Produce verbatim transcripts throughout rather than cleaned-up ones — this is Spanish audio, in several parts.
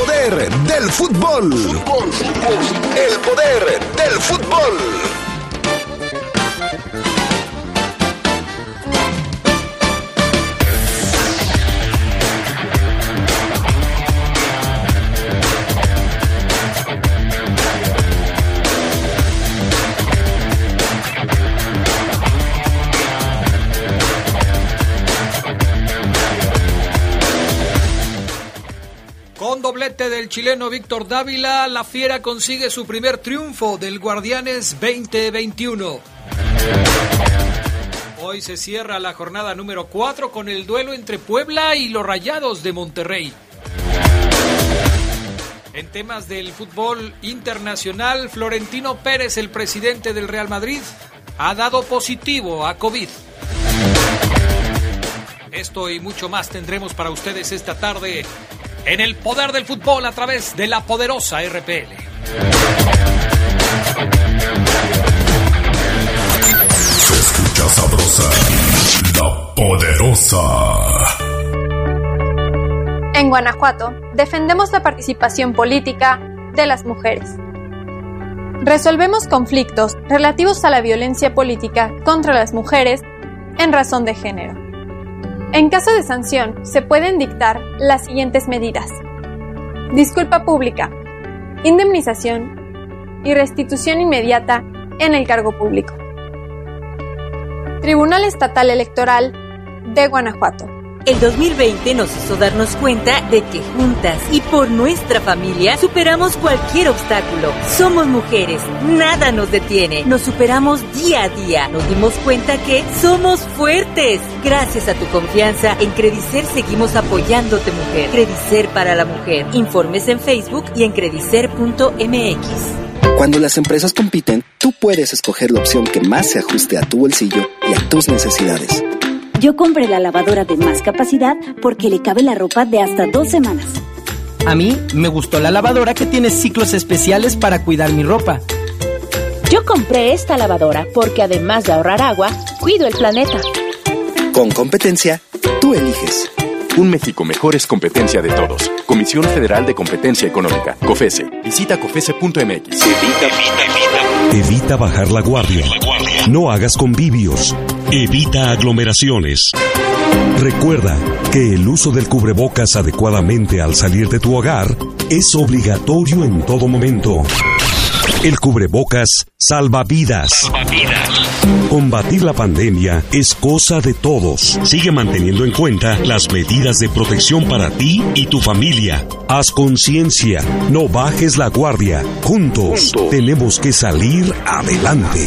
poder del fútbol. Fútbol, fútbol. El poder del fútbol. Con doblete del chileno Víctor Dávila, la Fiera consigue su primer triunfo del Guardianes veinte veintiuno. Hoy se cierra la jornada número cuatro con el duelo entre Puebla y los Rayados de Monterrey. En temas del fútbol internacional, Florentino Pérez, el presidente del Real Madrid, ha dado positivo a COVID. Esto y mucho más tendremos para ustedes esta tarde en el poder del fútbol a través de la poderosa R P L. Se escucha sabrosa, la poderosa. En Guanajuato, defendemos la participación política de las mujeres. Resolvemos conflictos relativos a la violencia política contra las mujeres en razón de género. En caso de sanción, se pueden dictar las siguientes medidas: disculpa pública, indemnización y restitución inmediata en el cargo público. Tribunal Estatal Electoral de Guanajuato. El dos mil veinte nos hizo darnos cuenta de que juntas y por nuestra familia superamos cualquier obstáculo. Somos mujeres, nada nos detiene. Nos superamos día a día. Nos dimos cuenta que somos fuertes. Gracias a tu confianza, en Credicer seguimos apoyándote, mujer. Credicer para la mujer. Informes en Facebook y en credicer punto m x. Cuando las empresas compiten, tú puedes escoger la opción que más se ajuste a tu bolsillo y a tus necesidades. Yo compré la lavadora de más capacidad porque le cabe la ropa de hasta dos semanas. A mí me gustó la lavadora que tiene ciclos especiales para cuidar mi ropa. Yo compré esta lavadora porque además de ahorrar agua, cuido el planeta. Con competencia, tú eliges. Un México mejor es competencia de todos. Comisión Federal de Competencia Económica, COFESE. Visita cofese punto m x. Evita, evita, evita. Evita bajar la guardia. No hagas convivios. Evita aglomeraciones. Recuerda que el uso del cubrebocas adecuadamente al salir de tu hogar es obligatorio en todo momento. El cubrebocas salva vidas. Salva vidas. Combatir la pandemia es cosa de todos. Sigue manteniendo en cuenta las medidas de protección para ti y tu familia. Haz conciencia, no bajes la guardia. Juntos, Juntos. tenemos que salir adelante.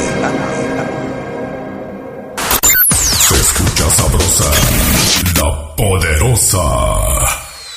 Se escucha sabrosa, la poderosa.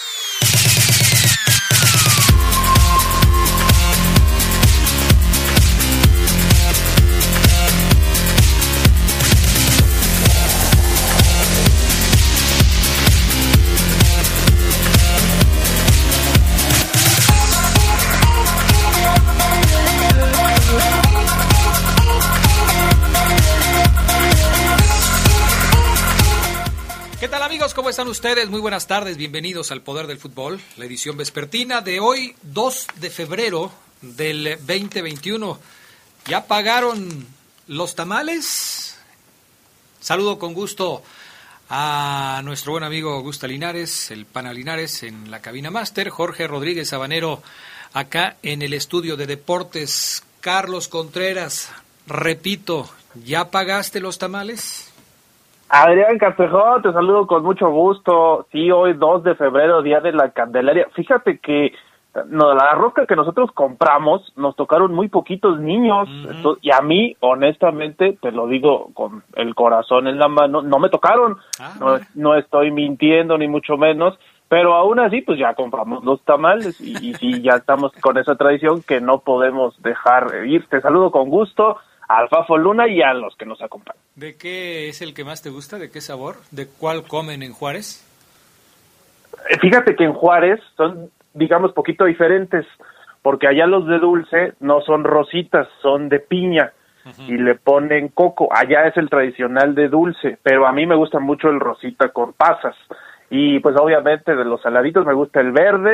¿Cómo están ustedes? Muy buenas tardes, bienvenidos al Poder del Fútbol, la edición vespertina de hoy, dos de febrero del veinte veintiuno. ¿Ya pagaron los tamales? Saludo con gusto a nuestro buen amigo Augusto Linares, el Pana Linares en la cabina máster, Jorge Rodríguez Sabanero acá en el estudio de deportes, Carlos Contreras, repito, ¿ya pagaste los tamales? Adrián Castejón, te saludo con mucho gusto. Sí, hoy dos de febrero, Día de la Candelaria. Fíjate que no, la rosca que nosotros compramos nos tocaron muy poquitos niños. Uh-huh. Entonces, y a mí, honestamente, te lo digo con el corazón en la mano, no me tocaron. Ah, no, no estoy mintiendo, ni mucho menos. Pero aún así, pues ya compramos los tamales y, y sí, ya estamos con esa tradición que no podemos dejar ir. Te saludo con gusto. Al Fafo Luna y a los que nos acompañan. ¿De qué es el que más te gusta? ¿De qué sabor? ¿De cuál comen en Juárez? Fíjate que en Juárez son, digamos, poquito diferentes, porque allá los de dulce no son rositas, son de piña, uh-huh. y le ponen coco. Allá es el tradicional de dulce, pero a mí me gusta mucho el rosita con pasas. Y pues obviamente de los saladitos me gusta el verde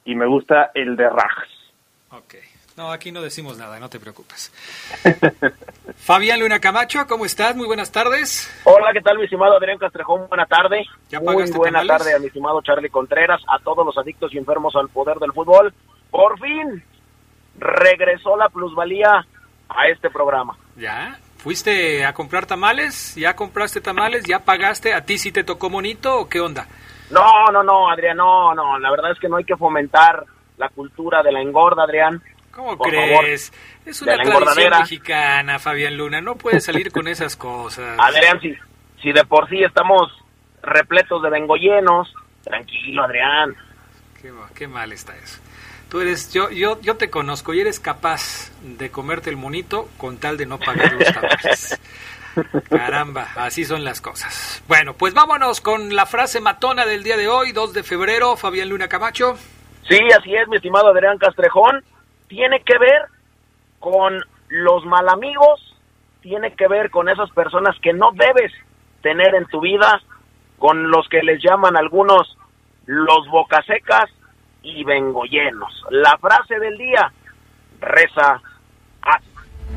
y me gusta el de Rajas. Ok. No, aquí no decimos nada, no te preocupes. Fabián Luna Camacho, ¿cómo estás? Muy buenas tardes. Hola, ¿qué tal, mi estimado Adrián Castrejón? Buena tarde. ¿Ya Muy buena tamales? tarde a mi estimado Charlie Contreras, a todos los adictos y enfermos al poder del fútbol. Por fin regresó la plusvalía a este programa. ¿Ya? ¿Fuiste a comprar tamales? ¿Ya compraste tamales? ¿Ya pagaste? ¿A ti sí te tocó monito o qué onda? No, no, no, Adrián, no, no. La verdad es que no hay que fomentar la cultura de la engorda, Adrián. ¿Cómo Por crees? favor, es una de la tradición engordadera. mexicana, Fabián Luna. No puedes salir con esas cosas. Adrián, si, si de por sí estamos repletos de vengoyenos, tranquilo, Adrián. Qué, qué mal está eso. Tú eres, yo, yo, yo te conozco y eres capaz de comerte el monito con tal de no pagar los tamales. Caramba, así son las cosas. Bueno, pues vámonos con la frase matona del día de hoy, dos de febrero, Fabián Luna Camacho. Sí, así es, mi estimado Adrián Castrejón. Tiene que ver con los mal amigos, tiene que ver con esas personas que no debes tener en tu vida, con los que les llaman algunos los bocasecas y vengoyenos. La frase del día reza así: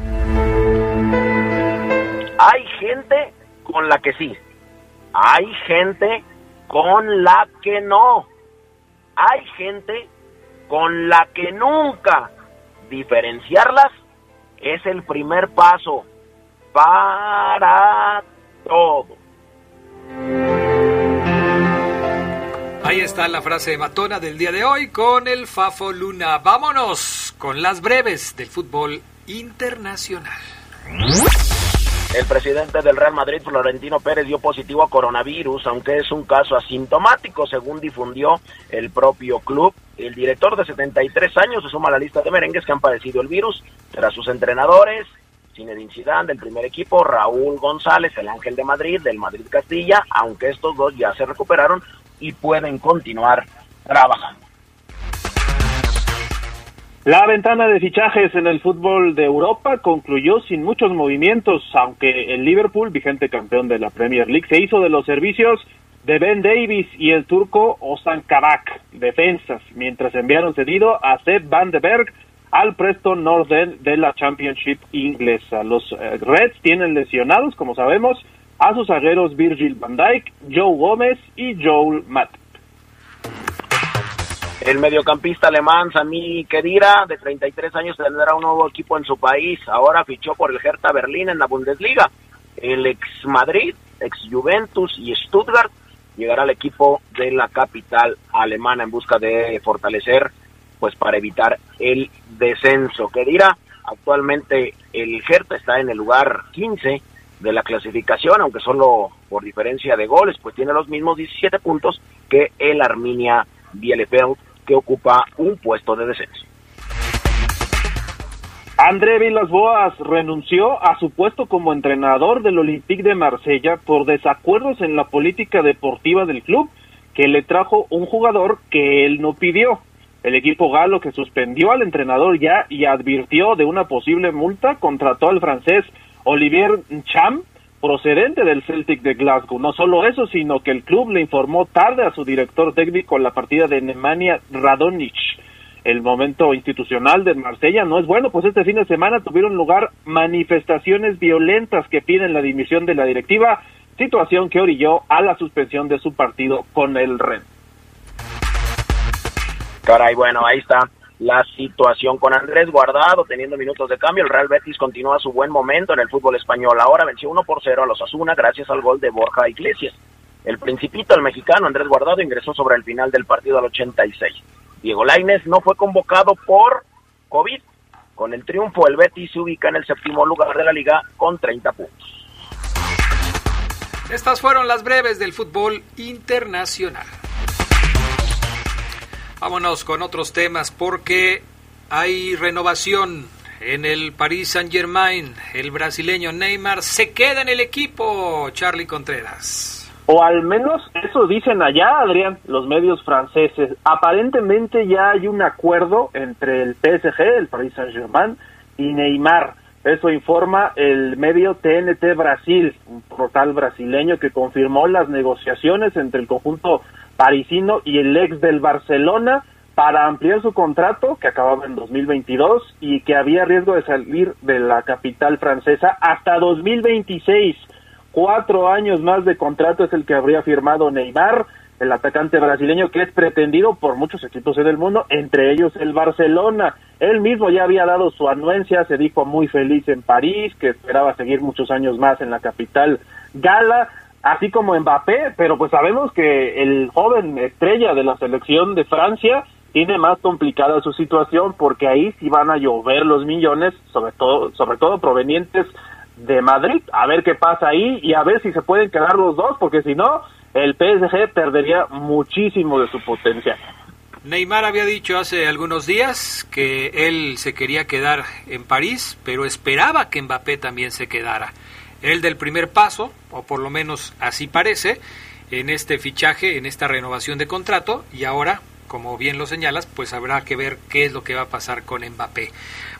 hay gente con la que sí, hay gente con la que no, hay gente con la que nunca. Diferenciarlas es el primer paso para todo. Ahí está la frase matona del día de hoy con el Fafo Luna. Vámonos con las breves del fútbol internacional. El presidente del Real Madrid, Florentino Pérez, dio positivo a coronavirus, aunque es un caso asintomático, según difundió el propio club. El director de setenta y tres años se suma a la lista de merengues que han padecido el virus, tras sus entrenadores, Zinedine Zidane del primer equipo, Raúl González, el Ángel de Madrid, del Madrid Castilla, aunque estos dos ya se recuperaron y pueden continuar trabajando. La ventana de fichajes en el fútbol de Europa concluyó sin muchos movimientos, aunque el Liverpool, vigente campeón de la Premier League, se hizo de los servicios de Ben Davies y el turco Ozan Kabak, defensas, mientras enviaron cedido a Sepp van den Berg al Preston North End de la Championship inglesa. Los eh, Reds tienen lesionados, como sabemos, a sus zagueros Virgil van Dijk, Joe Gómez y Joel Matip. El mediocampista alemán Sami Khedira, de treinta y tres años, tendrá un nuevo equipo en su país. Ahora fichó por el Hertha Berlín en la Bundesliga. El ex Madrid, ex Juventus y Stuttgart llegará al equipo de la capital alemana en busca de fortalecer, pues para evitar el descenso. Khedira, actualmente el Hertha está en el lugar quince de la clasificación, aunque solo por diferencia de goles, pues tiene los mismos diecisiete puntos que el Arminia Bielefeld, que ocupa un puesto de descenso. André Villas-Boas renunció a su puesto como entrenador del Olympique de Marsella por desacuerdos en la política deportiva del club, que le trajo un jugador que él no pidió. El equipo galo, que suspendió al entrenador ya y advirtió de una posible multa, contrató al francés Olivier Ncham, procedente del Celtic de Glasgow. No solo eso, sino que el club le informó tarde a su director técnico en la partida de Nemanja Radonjic. El momento institucional de Marsella no es bueno, pues este fin de semana tuvieron lugar manifestaciones violentas que piden la dimisión de la directiva, situación que orilló a la suspensión de su partido con el Rennes. Caray, bueno, ahí está la situación con Andrés Guardado teniendo minutos de cambio. El Real Betis continúa su buen momento en el fútbol español. Ahora venció uno por cero a los Osasuna gracias al gol de Borja Iglesias. El principito, el mexicano Andrés Guardado, ingresó sobre el final del partido al ochenta y seis. Diego Lainez no fue convocado por COVID. Con el triunfo, el Betis se ubica en el séptimo lugar de la liga con treinta puntos. Estas fueron las breves del fútbol internacional. Vámonos con otros temas porque hay renovación en el Paris Saint-Germain. El brasileño Neymar se queda en el equipo, Charlie Contreras. O al menos eso dicen allá, Adrián, los medios franceses. Aparentemente ya hay un acuerdo entre el P S G, el Paris Saint-Germain, y Neymar. Eso informa el medio T N T Brasil, un portal brasileño que confirmó las negociaciones entre el conjunto parisino y el ex del Barcelona para ampliar su contrato, que acababa en dos mil veintidós, y que había riesgo de salir de la capital francesa hasta dos mil veintiséis. Cuatro años más de contrato es el que habría firmado Neymar, el atacante brasileño, que es pretendido por muchos equipos en el mundo, entre ellos el Barcelona. Él mismo ya había dado su anuencia, se dijo muy feliz en París, que esperaba seguir muchos años más en la capital gala, así como Mbappé, pero pues sabemos que el joven estrella de la selección de Francia tiene más complicada su situación, porque ahí sí van a llover los millones, sobre todo, sobre todo provenientes de Madrid. A ver qué pasa ahí y a ver si se pueden quedar los dos, porque si no, el P S G perdería muchísimo de su potencial. Neymar había dicho hace algunos días que él se quería quedar en París, pero esperaba que Mbappé también se quedara. Él del primer paso, o por lo menos así parece, en este fichaje, en esta renovación de contrato, y ahora, como bien lo señalas, pues habrá que ver qué es lo que va a pasar con Mbappé.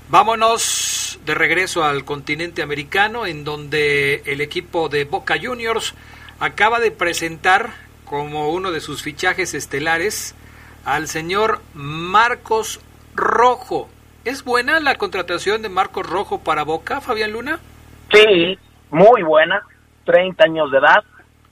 Vámonos de regreso al continente americano, en donde el equipo de Boca Juniors acaba de presentar como uno de sus fichajes estelares al señor Marcos Rojo. ¿Es buena la contratación de Marcos Rojo para Boca, Fabián Luna? Sí, muy buena. treinta años de edad,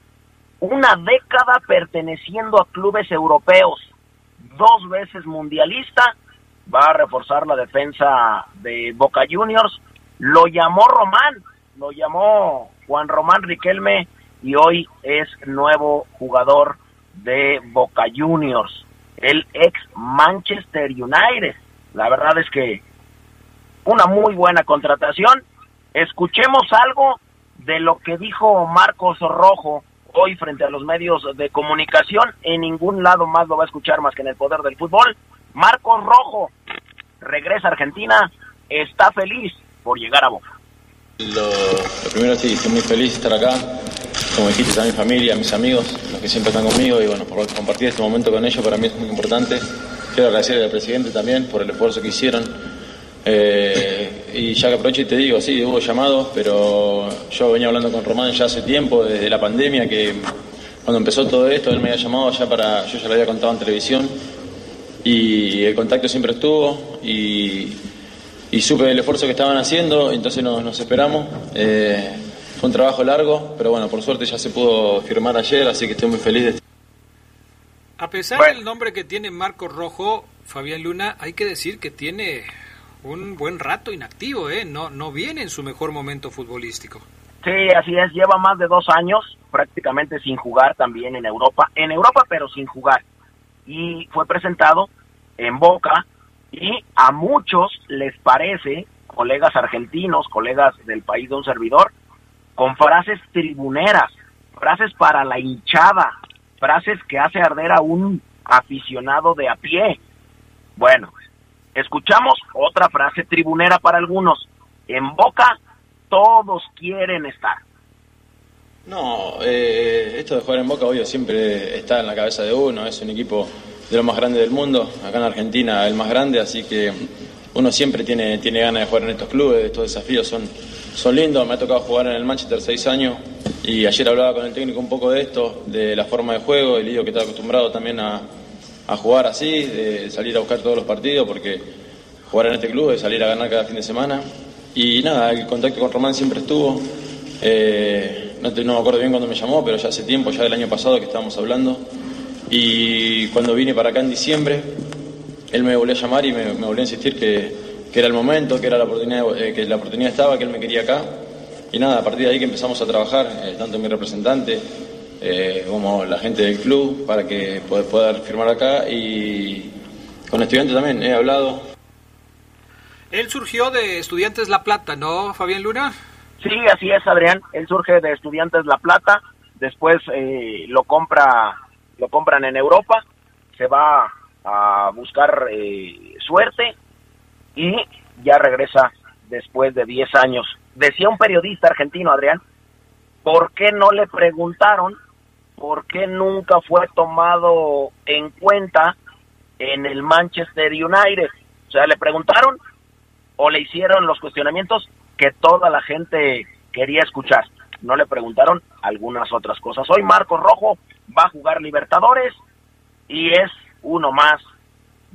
una década perteneciendo a clubes europeos, dos veces mundialista, va a reforzar la defensa de Boca Juniors. Lo llamó Román, lo llamó Juan Román Riquelme, y hoy es nuevo jugador de Boca Juniors, el ex Manchester United. La verdad es que una muy buena contratación. Escuchemos algo de lo que dijo Marcos Rojo hoy frente a los medios de comunicación. En ningún lado más lo va a escuchar más que en el Poder del Fútbol. Marcos Rojo regresa a Argentina, está feliz por llegar a Boca. Lo, lo primero, sí, estoy muy feliz de estar acá, como dijiste, a mi familia, a mis amigos, los que siempre están conmigo, y bueno, por compartir este momento con ellos para mí es muy importante. Quiero agradecer al presidente también por el esfuerzo que hicieron, eh, y ya que aprovecho y te digo, sí, hubo llamados, pero yo venía hablando con Román ya hace tiempo, desde la pandemia, que cuando empezó todo esto, él me había llamado ya para, yo ya lo había contado en televisión, y el contacto siempre estuvo, y... y supe el esfuerzo que estaban haciendo, entonces nos, nos esperamos. Eh, fue un trabajo largo, pero bueno, por suerte ya se pudo firmar ayer, así que estoy muy feliz de... A pesar bueno. del nombre que tiene Marcos Rojo, Fabián Luna, hay que decir que tiene un buen rato inactivo, ¿eh? No, no viene en su mejor momento futbolístico. Sí, así es, lleva más de dos años prácticamente sin jugar también en Europa, en Europa pero sin jugar. Y fue presentado en Boca, y a muchos les parece, colegas argentinos, colegas del país de un servidor, con frases tribuneras, frases para la hinchada, frases que hace arder a un aficionado de a pie. Bueno, escuchamos otra frase tribunera para algunos: en Boca todos quieren estar. No, eh, esto de jugar en Boca, obvio, siempre está en la cabeza de uno, es un equipo de los más grandes del mundo, acá en Argentina el más grande, así que uno siempre tiene, tiene ganas de jugar en estos clubes. Estos desafíos son, son lindos. Me ha tocado jugar en el Manchester seis años, y ayer hablaba con el técnico un poco de esto, de la forma de juego, y le digo que está acostumbrado también a, a jugar así, de salir a buscar todos los partidos, porque jugar en este club es salir a ganar cada fin de semana. Y nada, el contacto con Román siempre estuvo, eh, no, te, no me acuerdo bien cuándo me llamó, pero ya hace tiempo, ya del año pasado que estábamos hablando. Y cuando vine para acá en diciembre, él me volvió a llamar y me, me volvió a insistir que, que era el momento, que era la oportunidad, eh, que la oportunidad estaba, que él me quería acá. Y nada, a partir de ahí que empezamos a trabajar, eh, tanto mi representante eh, como la gente del club, para que pueda, pueda firmar acá. Y con estudiantes también he hablado. Él surgió de Estudiantes La Plata, ¿no, Fabián Luna? Sí, así es, Adrián. Él surge de Estudiantes La Plata, después eh, lo compra... lo compran en Europa, se va a buscar eh, suerte, y ya regresa después de diez años. Decía un periodista argentino, Adrián, ¿por qué no le preguntaron por qué nunca fue tomado en cuenta en el Manchester United? O sea, le preguntaron o le hicieron los cuestionamientos que toda la gente quería escuchar. No le preguntaron algunas otras cosas. Hoy Marcos Rojo va a jugar Libertadores y es uno más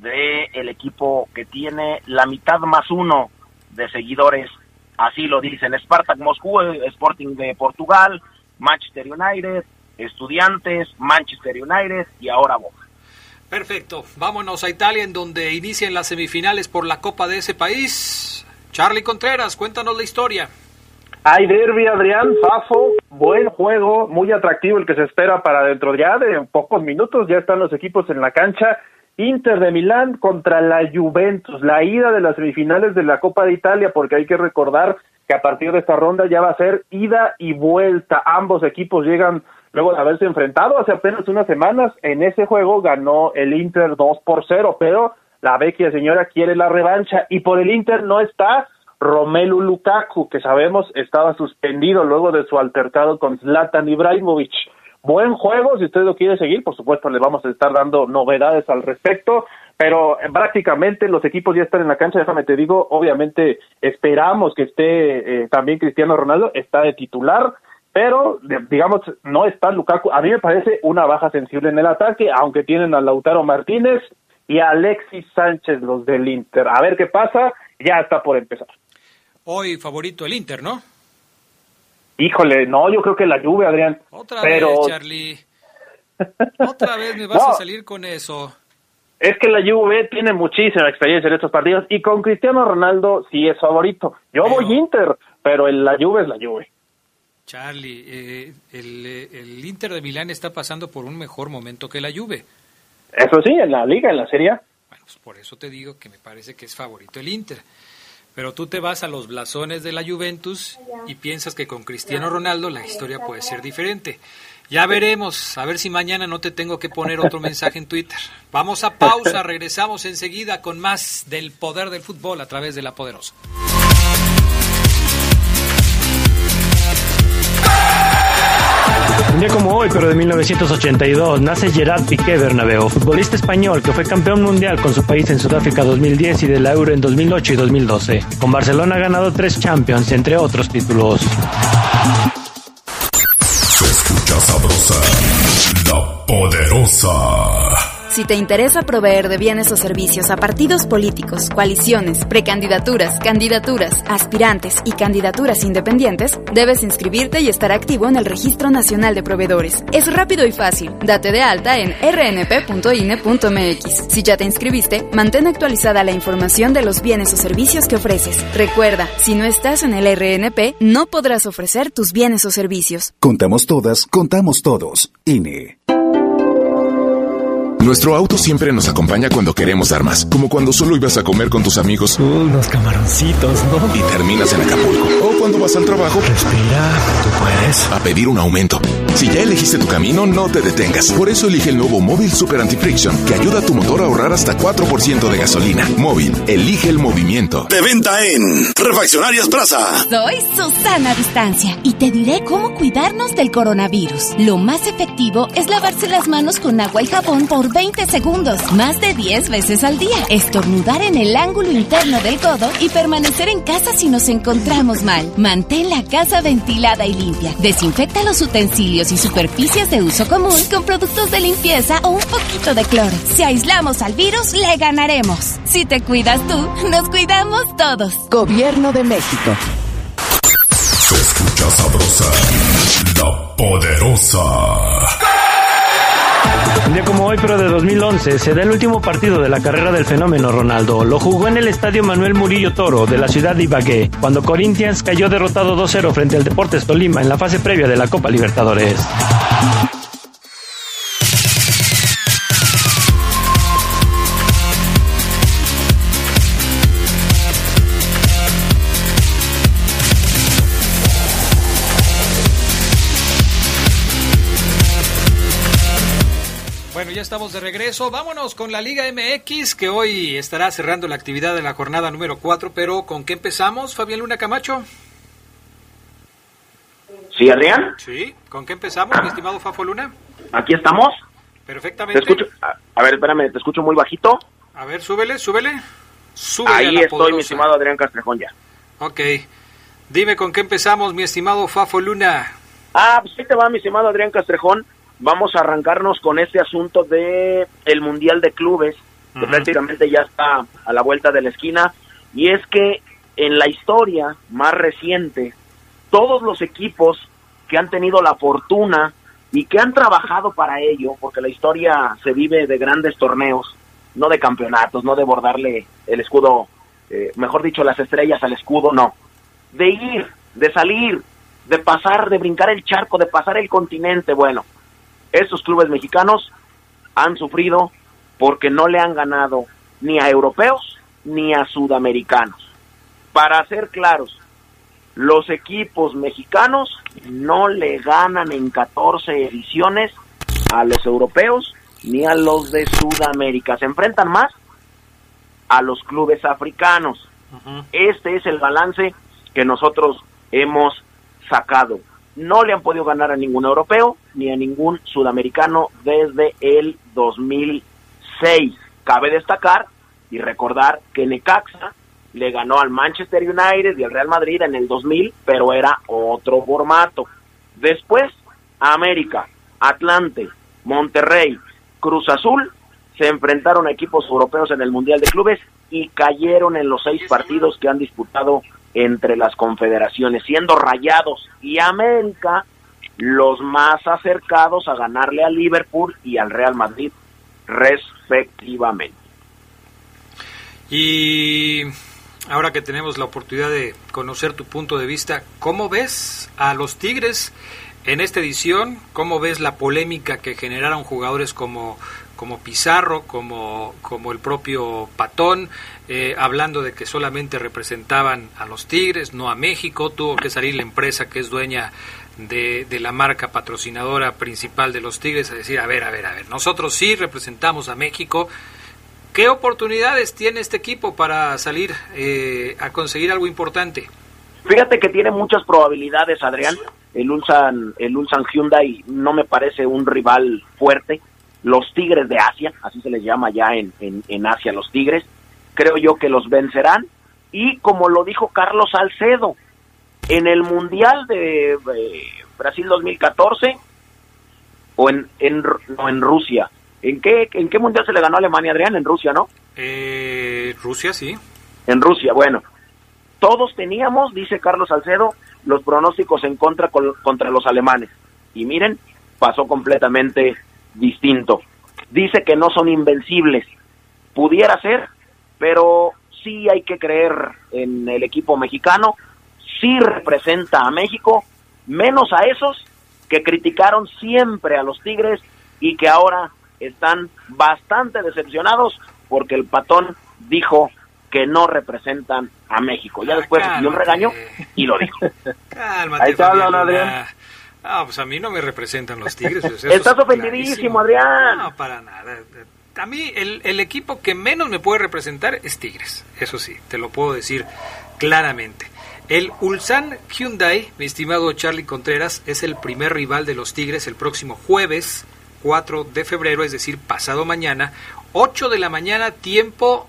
de el equipo que tiene la mitad más uno de seguidores, así lo dicen: Spartak Moscú, Sporting de Portugal, Manchester United, Estudiantes, Manchester United y ahora Boca. Perfecto, vámonos a Italia, en donde inician las semifinales por la Copa de ese país. Charlie Contreras, cuéntanos la historia. Hay derbi, Adrián, Fafo, buen juego, muy atractivo el que se espera para dentro ya de pocos minutos. Ya están los equipos en la cancha. Inter de Milán contra la Juventus, la ida de las semifinales de la Copa de Italia, porque hay que recordar que a partir de esta ronda ya va a ser ida y vuelta. Ambos equipos llegan luego de haberse enfrentado hace apenas unas semanas. En ese juego ganó el Inter dos por cero, pero la vecchia señora quiere la revancha, y por el Inter no está Romelu Lukaku, que sabemos estaba suspendido luego de su altercado con Zlatan Ibrahimovic. Buen juego, si usted lo quiere seguir, por supuesto le vamos a estar dando novedades al respecto, pero prácticamente los equipos ya están en la cancha. Déjame te digo, obviamente esperamos que esté eh, también Cristiano Ronaldo, está de titular, pero digamos no está Lukaku. A mí me parece una baja sensible en el ataque, aunque tienen a Lautaro Martínez y a Alexis Sánchez, los del Inter. A ver qué pasa, ya está por empezar. Hoy favorito el Inter, ¿no? Híjole, no, yo creo que la Juve, Adrián. Otra pero... vez, Charlie. Otra vez me vas no, a salir con eso. Es que la Juve tiene muchísima experiencia en estos partidos, y con Cristiano Ronaldo sí es favorito. Yo pero... voy Inter, pero el, la Juve es la Juve. Charlie, eh, el, el Inter de Milán está pasando por un mejor momento que la Juve. Eso sí, en la Liga, en la Serie A. Bueno, pues por eso te digo que me parece que es favorito el Inter. Pero tú te vas a los blasones de la Juventus y piensas que con Cristiano Ronaldo la historia puede ser diferente. Ya veremos, a ver si mañana no te tengo que poner otro mensaje en Twitter. Vamos a pausa, regresamos enseguida con más del poder del fútbol a través de La Poderosa. Un día como hoy, pero de mil novecientos ochenta y dos, nace Gerard Piqué Bernabéu, futbolista español que fue campeón mundial con su país en Sudáfrica dos mil diez y de la Euro en dos mil ocho y dos mil doce. Con Barcelona ha ganado tres Champions, entre otros títulos. Se escucha sabrosa, La Poderosa. Si te interesa proveer de bienes o servicios a partidos políticos, coaliciones, precandidaturas, candidaturas, aspirantes y candidaturas independientes, debes inscribirte y estar activo en el Registro Nacional de Proveedores. Es rápido y fácil. Date de alta en r n p punto i n e punto m x. Si ya te inscribiste, mantén actualizada la información de los bienes o servicios que ofreces. Recuerda, si no estás en el R N P, no podrás ofrecer tus bienes o servicios. Contamos todas, contamos todos. I N E. Nuestro auto siempre nos acompaña cuando queremos dar más, como cuando solo ibas a comer con tus amigos. Uh, unos camaroncitos, ¿no? Y terminas en Acapulco. O cuando vas al trabajo. Respira, tú puedes. A pedir un aumento. Si ya elegiste tu camino, no te detengas. Por eso elige el nuevo Móvil Super Anti-Friction, que ayuda a tu motor a ahorrar hasta cuatro por ciento de gasolina. Móvil, elige el movimiento. De venta en Refaccionarias Plaza. Soy Susana Distancia y te diré cómo cuidarnos del coronavirus. Lo más efectivo es lavarse las manos con agua y jabón por veinte segundos, más de diez veces al día. Estornudar en el ángulo interno del codo y permanecer en casa si nos encontramos mal. Mantén la casa ventilada y limpia. Desinfecta los utensilios y superficies de uso común con productos de limpieza o un poquito de cloro. Si aislamos al virus, le ganaremos. Si te cuidas tú, nos cuidamos todos. Gobierno de México. Se escucha sabrosa, La Poderosa. Un día como hoy, pero de dos mil once, se da el último partido de la carrera del fenómeno Ronaldo. Lo jugó en el estadio Manuel Murillo Toro de la ciudad de Ibagué, cuando Corinthians cayó derrotado dos cero frente al Deportes Tolima en la fase previa de la Copa Libertadores. Bueno, ya estamos de regreso. Vámonos con la Liga M X, que hoy estará cerrando la actividad de la jornada número cuatro, pero ¿con qué empezamos, Fabián Luna Camacho? ¿Sí, Adrián? Sí, ¿con qué empezamos, mi estimado Fafo Luna? Aquí estamos. Perfectamente. Te escucho, a, a ver, espérame, te escucho muy bajito. A ver, súbele, súbele. súbele Ahí a la estoy, poderosa. Mi estimado Adrián Castrejón ya. Ok. Dime con qué empezamos, mi estimado Fafo Luna. Ah, pues ahí te va, mi estimado Adrián Castrejón. Vamos a arrancarnos con este asunto de el Mundial de Clubes uh-huh. que prácticamente ya está a la vuelta de la esquina, y es que en la historia más reciente, todos los equipos que han tenido la fortuna y que han trabajado para ello, porque la historia se vive de grandes torneos, no de campeonatos, no de bordarle el escudo, eh, mejor dicho, las estrellas al escudo, no, de ir, de salir, de pasar, de brincar el charco, de pasar el continente. Bueno, estos clubes mexicanos han sufrido porque no le han ganado ni a europeos ni a sudamericanos. Para ser claros, los equipos mexicanos no le ganan en catorce ediciones a los europeos ni a los de Sudamérica. Se enfrentan más a los clubes africanos. Uh-huh. Este es el balance que nosotros hemos sacado. No le han podido ganar a ningún europeo ni a ningún sudamericano desde el dos mil seis. Cabe destacar y recordar que Necaxa le ganó al Manchester United y al Real Madrid en el dos mil, pero era otro formato. Después, América, Atlante, Monterrey, Cruz Azul se enfrentaron a equipos europeos en el Mundial de Clubes y cayeron en los seis partidos que han disputado entre las confederaciones, siendo Rayados y América los más acercados a ganarle al Liverpool y al Real Madrid, respectivamente. Y ahora que tenemos la oportunidad de conocer tu punto de vista, ¿cómo ves a los Tigres en esta edición? ¿Cómo ves la polémica que generaron jugadores como, como Pizarro, como, como el propio Patón, eh, hablando de que solamente representaban a los Tigres, no a México? Tuvo que salir la empresa que es dueña de, de la marca patrocinadora principal de los Tigres a decir, a ver, a ver, a ver, nosotros sí representamos a México. ¿Qué oportunidades tiene este equipo para salir eh, a conseguir algo importante? Fíjate que tiene muchas probabilidades, Adrián. El Ulsan, el Ulsan Hyundai no me parece un rival fuerte. Los Tigres de Asia, así se les llama ya en, en, en Asia, los Tigres, creo yo que los vencerán. Y como lo dijo Carlos Salcedo, en el Mundial de eh, Brasil dos mil catorce, o en, en, no, en Rusia, ¿En qué, ¿En qué mundial se le ganó a Alemania, Adrián? En Rusia, ¿no? Eh, Rusia, sí. En Rusia, bueno. Todos teníamos, dice Carlos Salcedo, los pronósticos en contra con, contra los alemanes. Y miren, pasó completamente distinto. Dice que no son invencibles. Pudiera ser, pero sí hay que creer en el equipo mexicano. Sí representa a México, menos a esos que criticaron siempre a los Tigres y que ahora están bastante decepcionados porque el Patón dijo que no representan a México. Ya después recibió un regaño y lo dijo. Cálmate, ahí está hablando, Adrián. No, pues a mí no me representan los Tigres. Pues estás ofendidísimo, Adrián. No, para nada. A mí el, el equipo que menos me puede representar es Tigres. Eso sí, te lo puedo decir claramente. El Ulsan Hyundai, mi estimado Charlie Contreras, es el primer rival de los Tigres el próximo jueves cuatro de febrero, es decir, pasado mañana, ocho de la mañana, tiempo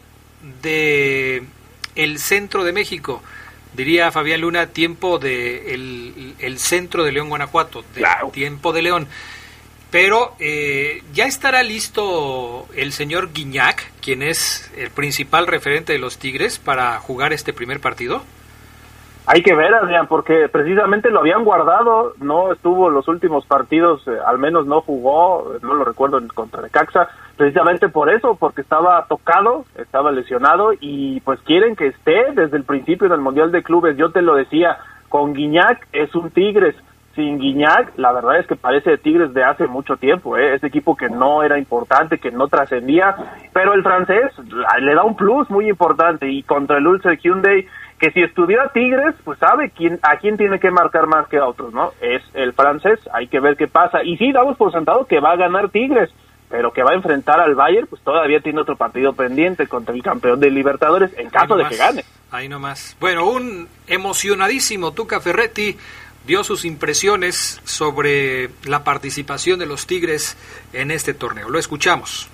de el centro de México, diría Fabián Luna, tiempo de el, el centro de León, Guanajuato, de claro. Tiempo de León. Pero eh, ya estará listo el señor Guiñac, quien es el principal referente de los Tigres, para jugar este primer partido. Hay que ver, Adrián, porque precisamente lo habían guardado, no estuvo los últimos partidos, eh, al menos no jugó, no lo recuerdo, en contra Necaxa, precisamente por eso, porque estaba tocado, estaba lesionado, y pues quieren que esté desde el principio del Mundial de Clubes. Yo te lo decía, con Guiñac es un Tigres, sin Guiñac, la verdad es que parece de Tigres de hace mucho tiempo, ¿eh? Ese equipo que no era importante, que no trascendía, pero el francés le da un plus muy importante, y contra el Ulsan Hyundai, que si estuviera Tigres, pues sabe quién a quién tiene que marcar más que a otros, ¿no? Es el francés, hay que ver qué pasa. Y sí, damos por sentado que va a ganar Tigres, pero que va a enfrentar al Bayern, pues todavía tiene otro partido pendiente contra el campeón de Libertadores, en caso de que gane. Ahí nomás. Bueno, un emocionadísimo Tuca Ferretti dio sus impresiones sobre la participación de los Tigres en este torneo. Lo escuchamos.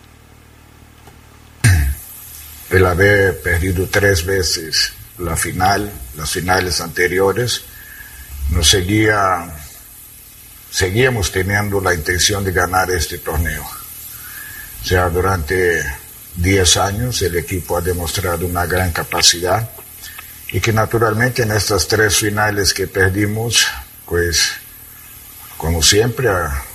El haber perdido tres veces la final, las finales anteriores, nos seguía, seguíamos teniendo la intención de ganar este torneo. O sea, durante diez años el equipo ha demostrado una gran capacidad y que naturalmente en estas tres finales que perdimos, pues como siempre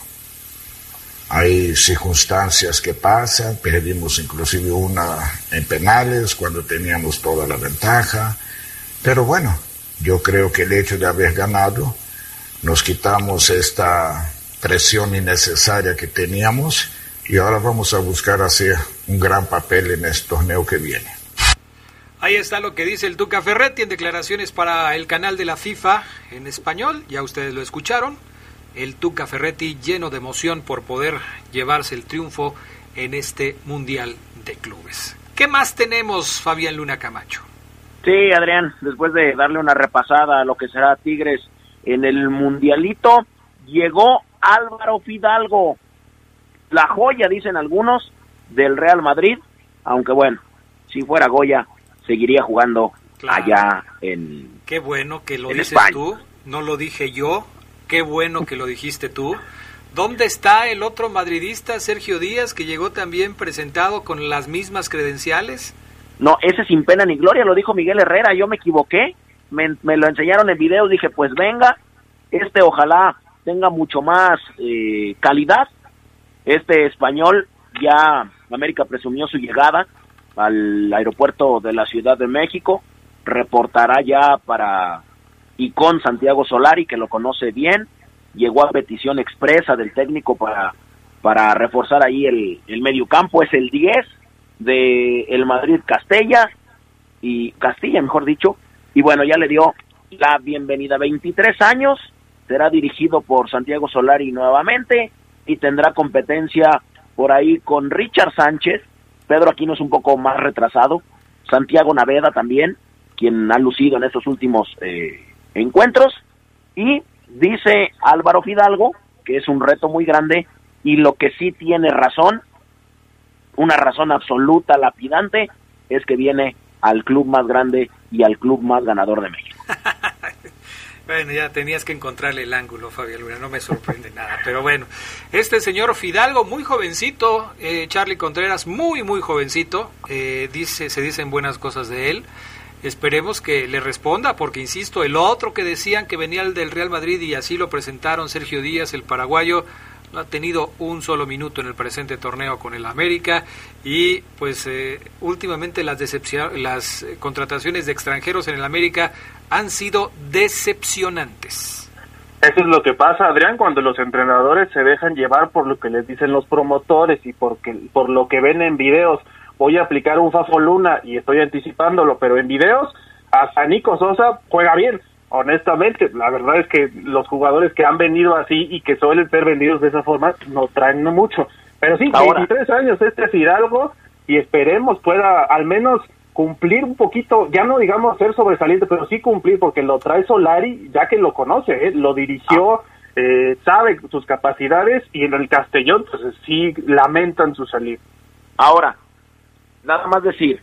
hay circunstancias que pasan, perdimos inclusive una en penales cuando teníamos toda la ventaja, pero bueno, yo creo que el hecho de haber ganado nos quitamos esta presión innecesaria que teníamos y ahora vamos a buscar hacer un gran papel en este torneo que viene. Ahí está lo que dice el Tuca Ferretti en declaraciones para el canal de la FIFA en español, ya ustedes lo escucharon. El Tuca Ferretti lleno de emoción por poder llevarse el triunfo en este Mundial de Clubes. ¿Qué más tenemos, Fabián Luna Camacho? Sí, Adrián, después de darle una repasada a lo que será Tigres en el Mundialito, llegó Álvaro Fidalgo, la joya, dicen algunos, del Real Madrid, aunque bueno, si fuera Goya, seguiría jugando claro. allá en Qué bueno que lo en dices España. Tú, no lo dije yo. Qué bueno que lo dijiste tú. ¿Dónde está el otro madridista, Sergio Díaz, que llegó también presentado con las mismas credenciales? No, ese sin pena ni gloria, lo dijo Miguel Herrera, yo me equivoqué, me, me lo enseñaron en video, dije, pues venga, este ojalá tenga mucho más eh, calidad. Este español, ya América presumió su llegada al aeropuerto de la Ciudad de México, reportará ya para y con Santiago Solari, que lo conoce bien, llegó a petición expresa del técnico para, para reforzar ahí el, el medio campo, es el diez de el Madrid Castella, y Castilla mejor dicho, y bueno, ya le dio la bienvenida, veintitrés años, será dirigido por Santiago Solari nuevamente, y tendrá competencia por ahí con Richard Sánchez, Pedro Aquino es un poco más retrasado, Santiago Naveda también, quien ha lucido en estos últimos eh, encuentros, y dice Álvaro Fidalgo que es un reto muy grande, y lo que sí tiene razón, una razón absoluta, lapidante, es que viene al club más grande y al club más ganador de México. Bueno, ya tenías que encontrarle el ángulo, Fabián Luna, no me sorprende nada, pero bueno, este señor Fidalgo, muy jovencito, eh, Charlie Contreras, muy, muy jovencito, eh, dice, se dicen buenas cosas de él. Esperemos que le responda, porque insisto, el otro que decían que venía el del Real Madrid y así lo presentaron, Sergio Díaz, el paraguayo, no ha tenido un solo minuto en el presente torneo con el América, y pues eh, últimamente las decepcion- las contrataciones de extranjeros en el América han sido decepcionantes. Eso es lo que pasa, Adrián, cuando los entrenadores se dejan llevar por lo que les dicen los promotores y porque, por lo que ven en videos. Voy a aplicar un Fafo Luna y estoy anticipándolo, pero en videos hasta Nico Sosa juega bien, honestamente. La verdad es que los jugadores que han venido así y que suelen ser vendidos de esa forma no traen mucho, pero sí, Ahora. veintitrés años este Fidalgo, y esperemos pueda al menos cumplir un poquito, ya no digamos ser sobresaliente, pero sí cumplir, porque lo trae Solari, ya que lo conoce, ¿eh? Lo dirigió, ah. eh, sabe sus capacidades, y en el Castellón pues sí lamentan su salida. Ahora, nada más decir,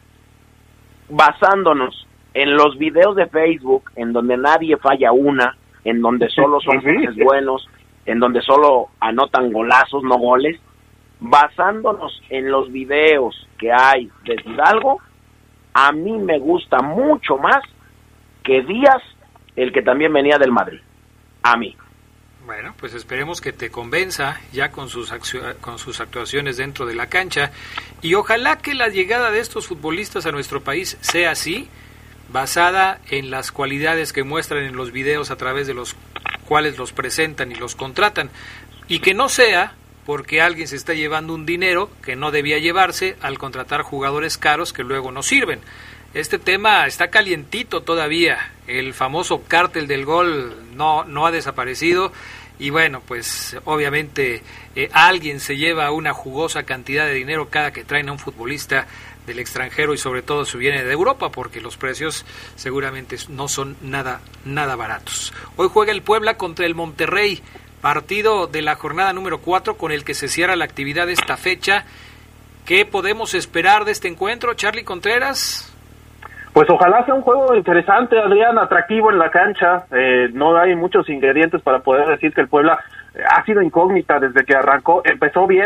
basándonos en los videos de Facebook, en donde nadie falla una, en donde solo son pases buenos, en donde solo anotan golazos, no goles, basándonos en los videos que hay de Fidalgo, a mí me gusta mucho más que Díaz, el que también venía del Madrid, a mí. Bueno, pues esperemos que te convenza ya con sus accio- con sus actuaciones dentro de la cancha, y ojalá que la llegada de estos futbolistas a nuestro país sea así, basada en las cualidades que muestran en los videos a través de los cuales los presentan y los contratan, y que no sea porque alguien se está llevando un dinero que no debía llevarse al contratar jugadores caros que luego no sirven. Este tema está calientito todavía, el famoso cártel del gol no, no ha desaparecido, y bueno, pues obviamente eh, alguien se lleva una jugosa cantidad de dinero cada que traen a un futbolista del extranjero, y sobre todo si viene de Europa, porque los precios seguramente no son nada, nada baratos. Hoy juega el Puebla contra el Monterrey, partido de la jornada número cuatro con el que se cierra la actividad de esta fecha. ¿Qué podemos esperar de este encuentro, Charlie Contreras? Pues ojalá sea un juego interesante, Adrián, atractivo en la cancha. Eh, no hay muchos ingredientes para poder decir que el Puebla ha sido incógnita desde que arrancó. Empezó bien,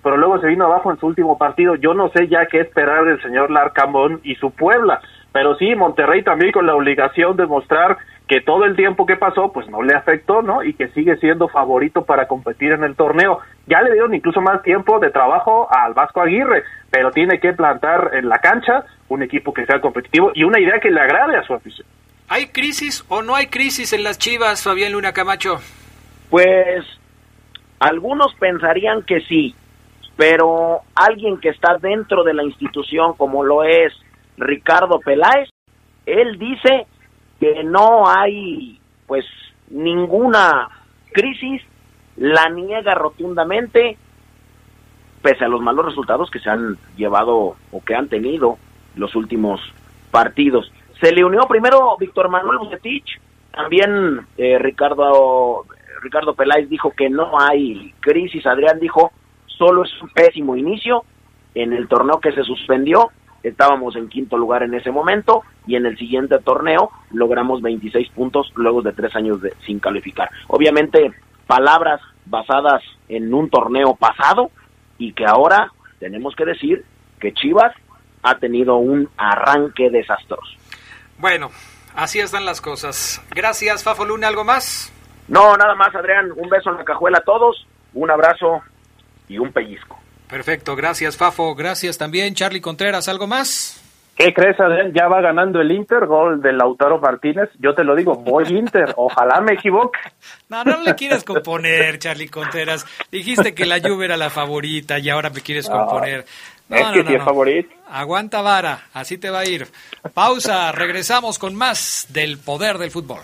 pero luego se vino abajo en su último partido. Yo no sé ya qué esperar del señor Larcamón y su Puebla, pero sí, Monterrey también con la obligación de mostrar que todo el tiempo que pasó, pues no le afectó, ¿no? Y que sigue siendo favorito para competir en el torneo. Ya le dieron incluso más tiempo de trabajo al Vasco Aguirre, pero tiene que plantar en la cancha un equipo que sea competitivo y una idea que le agrade a su afición. ¿Hay crisis o no hay crisis en las Chivas, Fabián Luna Camacho? Pues algunos pensarían que sí, pero alguien que está dentro de la institución, como lo es Ricardo Peláez, él dice que no hay pues ninguna crisis, la niega rotundamente, pese a los malos resultados que se han llevado o que han tenido los últimos partidos. Se le unió primero Víctor Manuel Bucetich, también eh, Ricardo Ricardo Peláez dijo que no hay crisis. Adrián dijo, solo es un pésimo inicio. En el torneo que se suspendió, estábamos en quinto lugar en ese momento, y en el siguiente torneo logramos veintiséis puntos luego de tres años de, sin calificar. Obviamente, palabras basadas en un torneo pasado, y que ahora tenemos que decir que Chivas ha tenido un arranque desastroso. Bueno, así están las cosas. Gracias, Fafo Luna, ¿algo más? No, nada más, Adrián, un beso en la cajuela a todos, un abrazo y un pellizco. Perfecto, gracias, Fafo, gracias también. Charlie Contreras, ¿algo más? ¿Qué crees, Adrián? Ya va ganando el Inter, gol de Lautaro Martínez. Yo te lo digo, voy Inter, ojalá me equivoque. No, no le quieres componer, Charlie Contreras. Dijiste que la Juve era la favorita y ahora me quieres componer. No, es no, que no, sí no. es favorito. Aguanta vara, así te va a ir. Pausa, regresamos con más del poder del fútbol.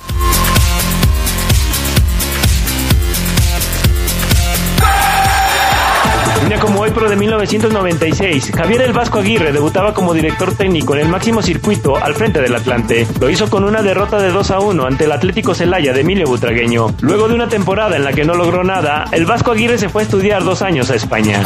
Un día como hoy, pero de mil novecientos noventa y seis, Javier El Vasco Aguirre debutaba como director técnico en el máximo circuito al frente del Atlante. Lo hizo con una derrota de dos a uno ante el Atlético Celaya de Emilio Butragueño. Luego de una temporada en la que no logró nada, El Vasco Aguirre se fue a estudiar dos años a España.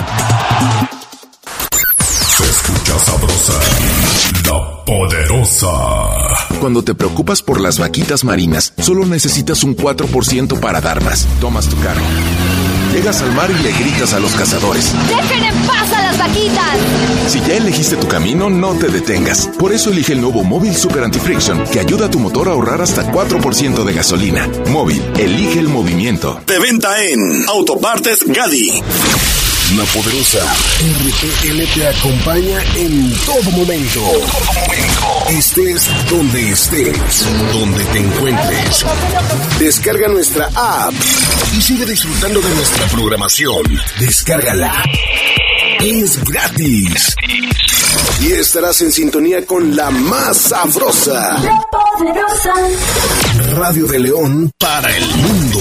Se escucha sabrosa, la poderosa. Cuando te preocupas por las vaquitas marinas, solo necesitas un cuatro por ciento para dar más. Tomas tu cargo. Llegas al mar y le gritas a los cazadores: ¡dejen en paz a las vaquitas! Si ya elegiste tu camino, no te detengas. Por eso elige el nuevo Móvil Super Anti-Friction, que ayuda a tu motor a ahorrar hasta cuatro por ciento de gasolina. Móvil, elige el movimiento. De venta en Autopartes Gadi. La poderosa R P L te acompaña en todo momento. Estés donde estés, donde te encuentres. Descarga nuestra app y sigue disfrutando de nuestra programación. Descárgala. Es gratis. Y estarás en sintonía con la más sabrosa. La poderosa. Radio de León para el mundo.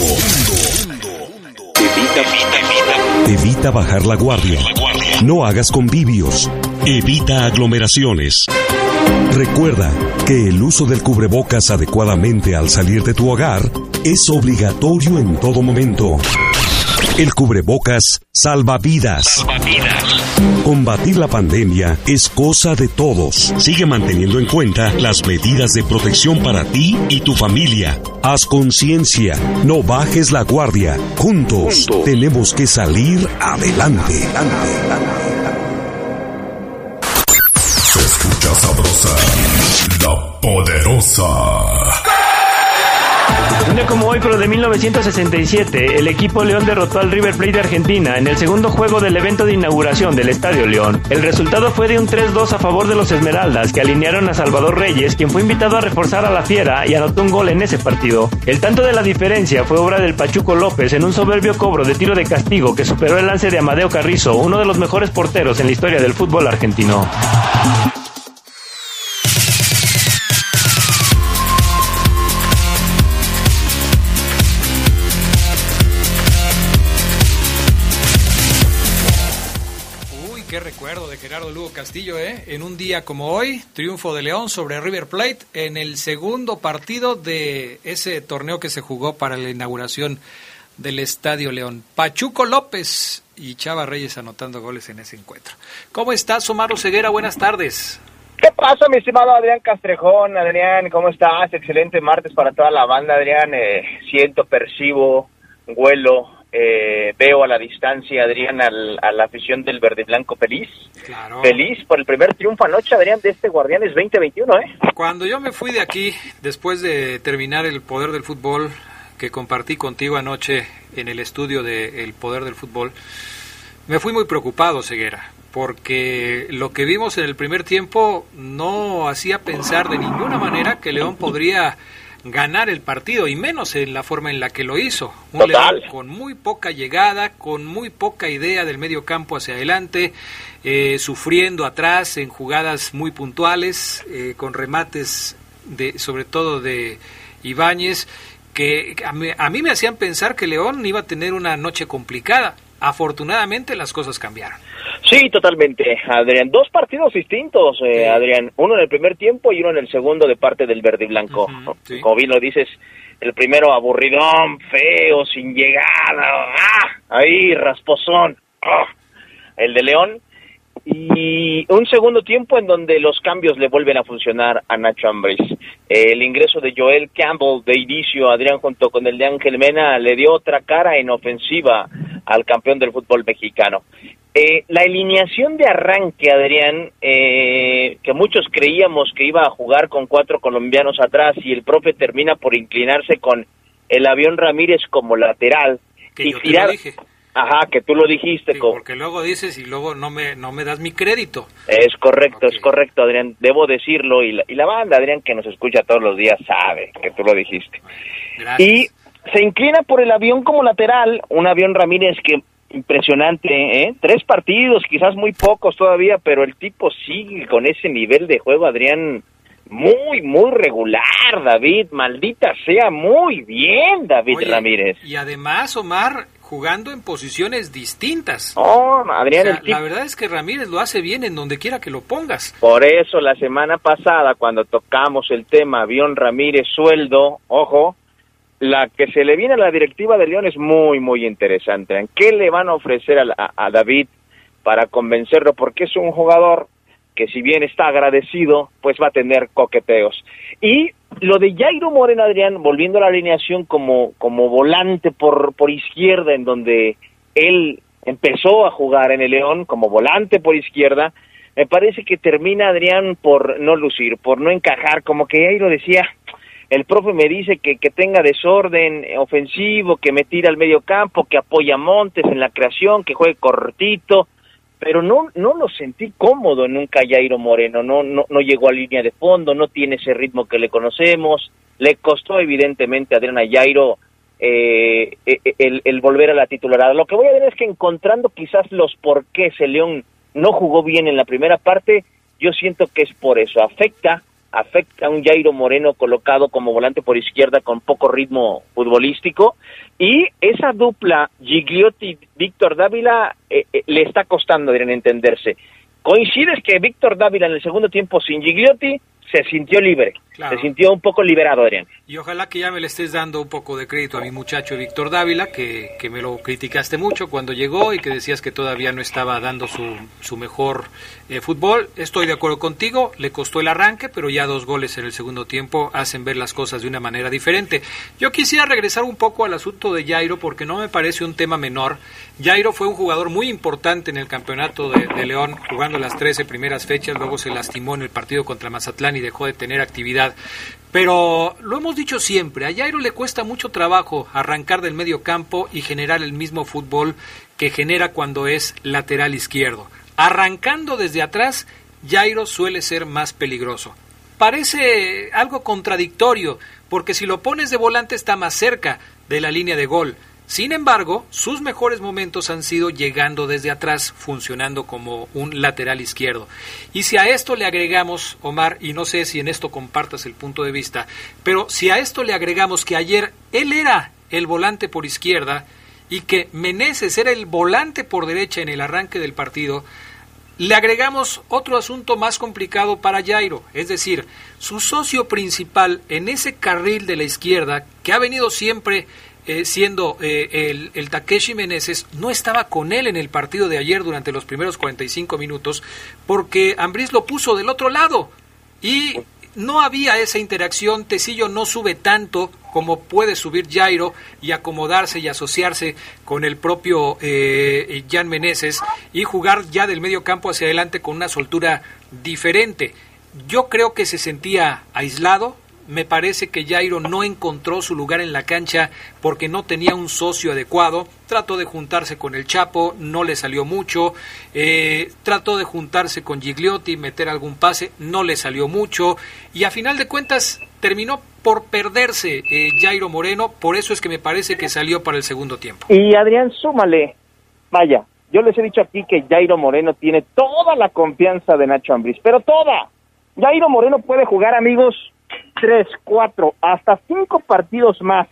Evita, evita, evita. Evita bajar la guardia. No hagas convivios. Evita aglomeraciones. Recuerda que el uso del cubrebocas adecuadamente al salir de tu hogar es obligatorio en todo momento. El cubrebocas salva vidas. Salva vidas. Combatir la pandemia es cosa de todos. Sigue manteniendo en cuenta las medidas de protección para ti y tu familia. Haz conciencia, no bajes la guardia. Juntos, Juntos. tenemos que salir adelante. Se escucha sabrosa, la poderosa. Un día como hoy, pero de mil novecientos sesenta y siete, el equipo León derrotó al River Plate de Argentina en el segundo juego del evento de inauguración del Estadio León. El resultado fue de un tres dos a favor de los Esmeraldas, que alinearon a Salvador Reyes, quien fue invitado a reforzar a la Fiera y anotó un gol en ese partido. El tanto de la diferencia fue obra del Pachuco López en un soberbio cobro de tiro de castigo que superó el lance de Amadeo Carrizo, uno de los mejores porteros en la historia del fútbol argentino. Qué recuerdo de Gerardo Lugo Castillo, ¿eh? En un día como hoy, triunfo de León sobre River Plate en el segundo partido de ese torneo que se jugó para la inauguración del Estadio León. Pachuco López y Chava Reyes anotando goles en ese encuentro. ¿Cómo estás, Omar Ceguera? Buenas tardes. ¿Qué pasa, mi estimado Adrián Castrejón? Adrián, ¿cómo estás? Excelente martes para toda la banda, Adrián. Eh, siento, percibo, huelo, Eh, veo a la distancia, Adrián, al, a la afición del verde y blanco feliz. Claro. Feliz por el primer triunfo anoche, Adrián, de este Guardianes veinte veintiuno, ¿eh? Cuando yo me fui de aquí, después de terminar el Poder del Fútbol, que compartí contigo anoche en el estudio de El Poder del Fútbol, me fui muy preocupado, Ceguera, porque lo que vimos en el primer tiempo no hacía pensar de ninguna manera que León podría ganar el partido, y menos en la forma en la que lo hizo. Un Total. León con muy poca llegada, con muy poca idea del medio campo hacia adelante, eh, sufriendo atrás en jugadas muy puntuales, eh, con remates de, sobre todo de Ibáñez, que a mí, a mí me hacían pensar que León iba a tener una noche complicada. Afortunadamente las cosas cambiaron. Sí, totalmente, Adrián. Dos partidos distintos, eh, sí. Adrián. Uno en el primer tiempo y uno en el segundo de parte del verde y blanco. Uh-huh, sí. Como bien lo dices, el primero aburridón, feo, sin llegada, ¡ah! Ahí, rasposón. ¡Ah! El de León. Y un segundo tiempo en donde los cambios le vuelven a funcionar a Nacho Ambriz. Eh, el ingreso de Joel Campbell de inicio, Adrián, junto con el de Ángel Mena, le dio otra cara en ofensiva al campeón del fútbol mexicano. Eh, la alineación de arranque, Adrián, eh, que muchos creíamos que iba a jugar con cuatro colombianos atrás, y el profe termina por inclinarse con el Avión Ramírez como lateral. Que y yo tirar... te lo dije. Ajá, que tú lo dijiste. Sí, co- porque luego dices y luego no me no me das mi crédito. Es correcto, Okay. es correcto, Adrián. Debo decirlo, y la, y la banda, Adrián, que nos escucha todos los días, sabe que tú lo dijiste. Gracias. Y se inclina por el Avión como lateral, un Avión Ramírez que impresionante, ¿eh? Tres partidos, quizás muy pocos todavía, pero el tipo sigue con ese nivel de juego, Adrián, muy, muy regular, David, maldita sea, muy bien, David Oye, Ramírez. Y además, Omar, jugando en posiciones distintas. Oh, Adrián, O sea, el tipo... la verdad es que Ramírez lo hace bien en donde quiera que lo pongas. Por eso la semana pasada, cuando tocamos el tema Avión Ramírez sueldo, ojo, la que se le viene a la directiva de León es muy, muy interesante. ¿Qué le van a ofrecer a, a, a David para convencerlo? Porque es un jugador que, si bien está agradecido, pues va a tener coqueteos. Y lo de Jairo Moreno, Adrián, volviendo a la alineación como, como volante por, por izquierda, en donde él empezó a jugar en el León como volante por izquierda, me parece que termina, Adrián, por no lucir, por no encajar, como que Jairo decía, el profe me dice que, que tenga desorden ofensivo, que me tira al medio campo, que apoya a Montes en la creación, que juegue cortito, pero no no lo sentí cómodo nunca Jairo Moreno, no, no, no llegó a línea de fondo, no tiene ese ritmo que le conocemos, le costó evidentemente a Adrián a Jairo eh, el, el volver a la titularidad. Lo que voy a ver es que, encontrando quizás los porqués el León no jugó bien en la primera parte, yo siento que es por eso, afecta afecta a un Jairo Moreno colocado como volante por izquierda con poco ritmo futbolístico, y esa dupla Gigliotti-Víctor Dávila eh, eh, le está costando, Adrián, entenderse. ¿Coincides que Víctor Dávila en el segundo tiempo sin Gigliotti se sintió libre? Claro. Se sintió un poco liberado, Adrián. Y ojalá que ya me le estés dando un poco de crédito a mi muchacho Víctor Dávila, que, que me lo criticaste mucho cuando llegó y que decías que todavía no estaba dando su, su mejor eh, fútbol. Estoy de acuerdo contigo, le costó el arranque, pero ya dos goles en el segundo tiempo hacen ver las cosas de una manera diferente. Yo quisiera regresar un poco al asunto de Jairo, porque no me parece un tema menor. Jairo fue un jugador muy importante en el campeonato de, de León, jugando las trece primeras fechas, luego se lastimó en el partido contra Mazatlán y dejó de tener actividad. Pero lo hemos dicho siempre, a Jairo le cuesta mucho trabajo arrancar del medio campo y generar el mismo fútbol que genera cuando es lateral izquierdo. Arrancando desde atrás, Jairo suele ser más peligroso. Parece algo contradictorio, porque si lo pones de volante está más cerca de la línea de gol. Sin embargo, sus mejores momentos han sido llegando desde atrás, funcionando como un lateral izquierdo. Y si a esto le agregamos, Omar, y no sé si en esto compartas el punto de vista, pero si a esto le agregamos que ayer él era el volante por izquierda y que Meneses era el volante por derecha en el arranque del partido, le agregamos otro asunto más complicado para Jairo, es decir, su socio principal en ese carril de la izquierda, que ha venido siempre Eh, siendo eh, el, el Takeshi Meneses, no estaba con él en el partido de ayer durante los primeros cuarenta y cinco minutos, porque Ambriz lo puso del otro lado, y no había esa interacción. Tecillo no sube tanto como puede subir Jairo y acomodarse y asociarse con el propio eh, Jan Meneses y jugar ya del medio campo hacia adelante con una soltura diferente. Yo creo que se sentía aislado. Me parece que Jairo no encontró su lugar en la cancha porque no tenía un socio adecuado. Trató de juntarse con el Chapo, no le salió mucho. Eh, trató de juntarse con Gigliotti, meter algún pase, no le salió mucho. Y a final de cuentas terminó por perderse eh, Jairo Moreno. Por eso es que me parece que salió para el segundo tiempo. Y Adrián, súmale. Vaya, yo les he dicho aquí que Jairo Moreno tiene toda la confianza de Nacho Ambriz, pero toda. Jairo Moreno puede jugar, amigos, tres, cuatro, hasta cinco partidos más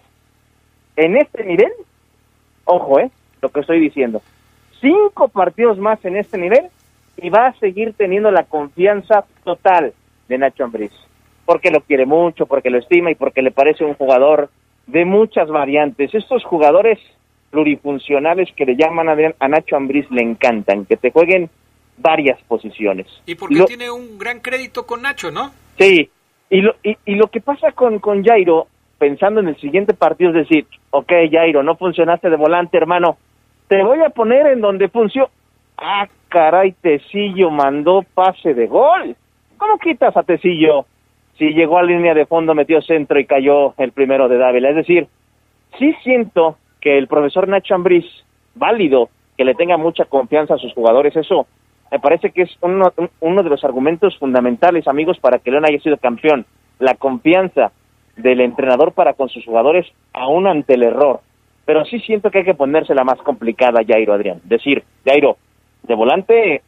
en este nivel. Ojo, eh, lo que estoy diciendo. Cinco partidos más en este nivel y va a seguir teniendo la confianza total de Nacho Ambriz, porque lo quiere mucho, porque lo estima y porque le parece un jugador de muchas variantes. Estos jugadores plurifuncionales que le llaman a, a Nacho Ambriz le encantan, que te jueguen varias posiciones. Y porque lo, tiene un gran crédito con Nacho, ¿no? Sí. Y lo, y, y lo que pasa con, con Jairo, pensando en el siguiente partido, es decir, ok, Jairo, no funcionaste de volante, hermano, te voy a poner en donde funcionó. Ah, caray, Tecillo mandó pase de gol. ¿Cómo quitas a Tecillo si llegó a línea de fondo, metió centro y cayó el primero de Dávila? Es decir, sí siento que el profesor Nacho Ambriz, válido, que le tenga mucha confianza a sus jugadores, eso me parece que es uno, uno de los argumentos fundamentales, amigos, para que León haya sido campeón. La confianza del entrenador para con sus jugadores, aún ante el error. Pero sí siento que hay que ponérsela más complicada, Jairo, Adrián. Decir, Jairo, de volante,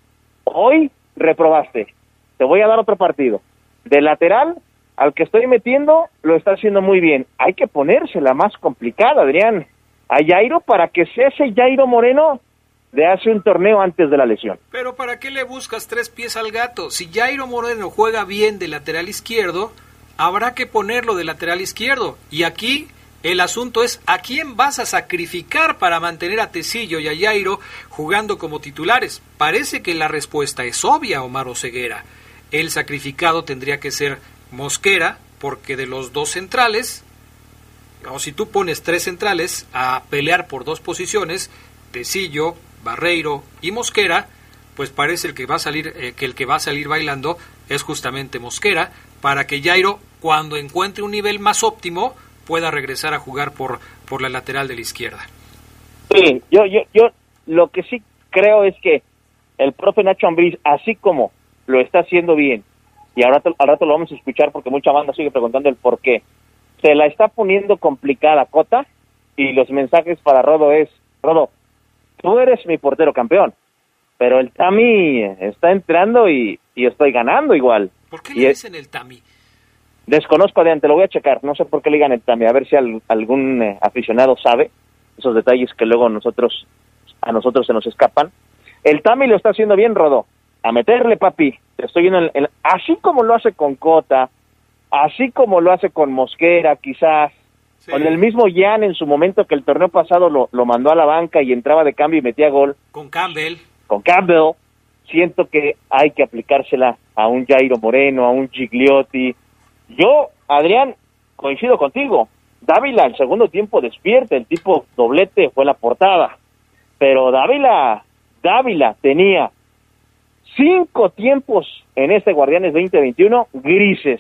hoy reprobaste. Te voy a dar otro partido. De lateral, al que estoy metiendo, lo está haciendo muy bien. Hay que ponérsela más complicada, Adrián, a Jairo para que sea ese Jairo Moreno de hace un torneo antes de la lesión. Pero ¿para qué le buscas tres pies al gato? Si Jairo Moreno juega bien de lateral izquierdo, habrá que ponerlo de lateral izquierdo. Y aquí el asunto es ¿a quién vas a sacrificar para mantener a Tecillo y a Jairo jugando como titulares? Parece que la respuesta es obvia, Omar Oseguera. El sacrificado tendría que ser Mosquera, porque de los dos centrales, o si tú pones tres centrales a pelear por dos posiciones, Tecillo, Barreiro y Mosquera, pues parece el que va a salir eh, que el que va a salir bailando es justamente Mosquera, para que Jairo, cuando encuentre un nivel más óptimo, pueda regresar a jugar por por la lateral de la izquierda. Sí, yo yo yo lo que sí creo es que el profe Nacho Ambriz, así como lo está haciendo bien, y ahora al rato lo vamos a escuchar porque mucha banda sigue preguntando el por qué, se la está poniendo complicada Cota, y los mensajes para Rodo es, Rodo, tú eres mi portero campeón, pero el Tami está entrando y, y estoy ganando igual. ¿Por qué le dicen el Tami? Desconozco, Adrián, te lo voy a checar, no sé por qué le digan el Tami, a ver si al, algún eh, aficionado sabe esos detalles que luego nosotros a nosotros se nos escapan. El Tami lo está haciendo bien, Rodo, a meterle, papi, te estoy viendo, en, en, así como lo hace con Cota, así como lo hace con Mosquera, quizás, sí. Con el mismo Jan en su momento, que el torneo pasado lo, lo mandó a la banca y entraba de cambio y metía gol. Con Campbell. Con Campbell. Siento que hay que aplicársela a un Jairo Moreno, a un Gigliotti. Yo, Adrián, coincido contigo. Dávila, el segundo tiempo despierta, el tipo doblete fue la portada. Pero Dávila, Dávila tenía cinco tiempos en este Guardianes veinte veintiuno grises.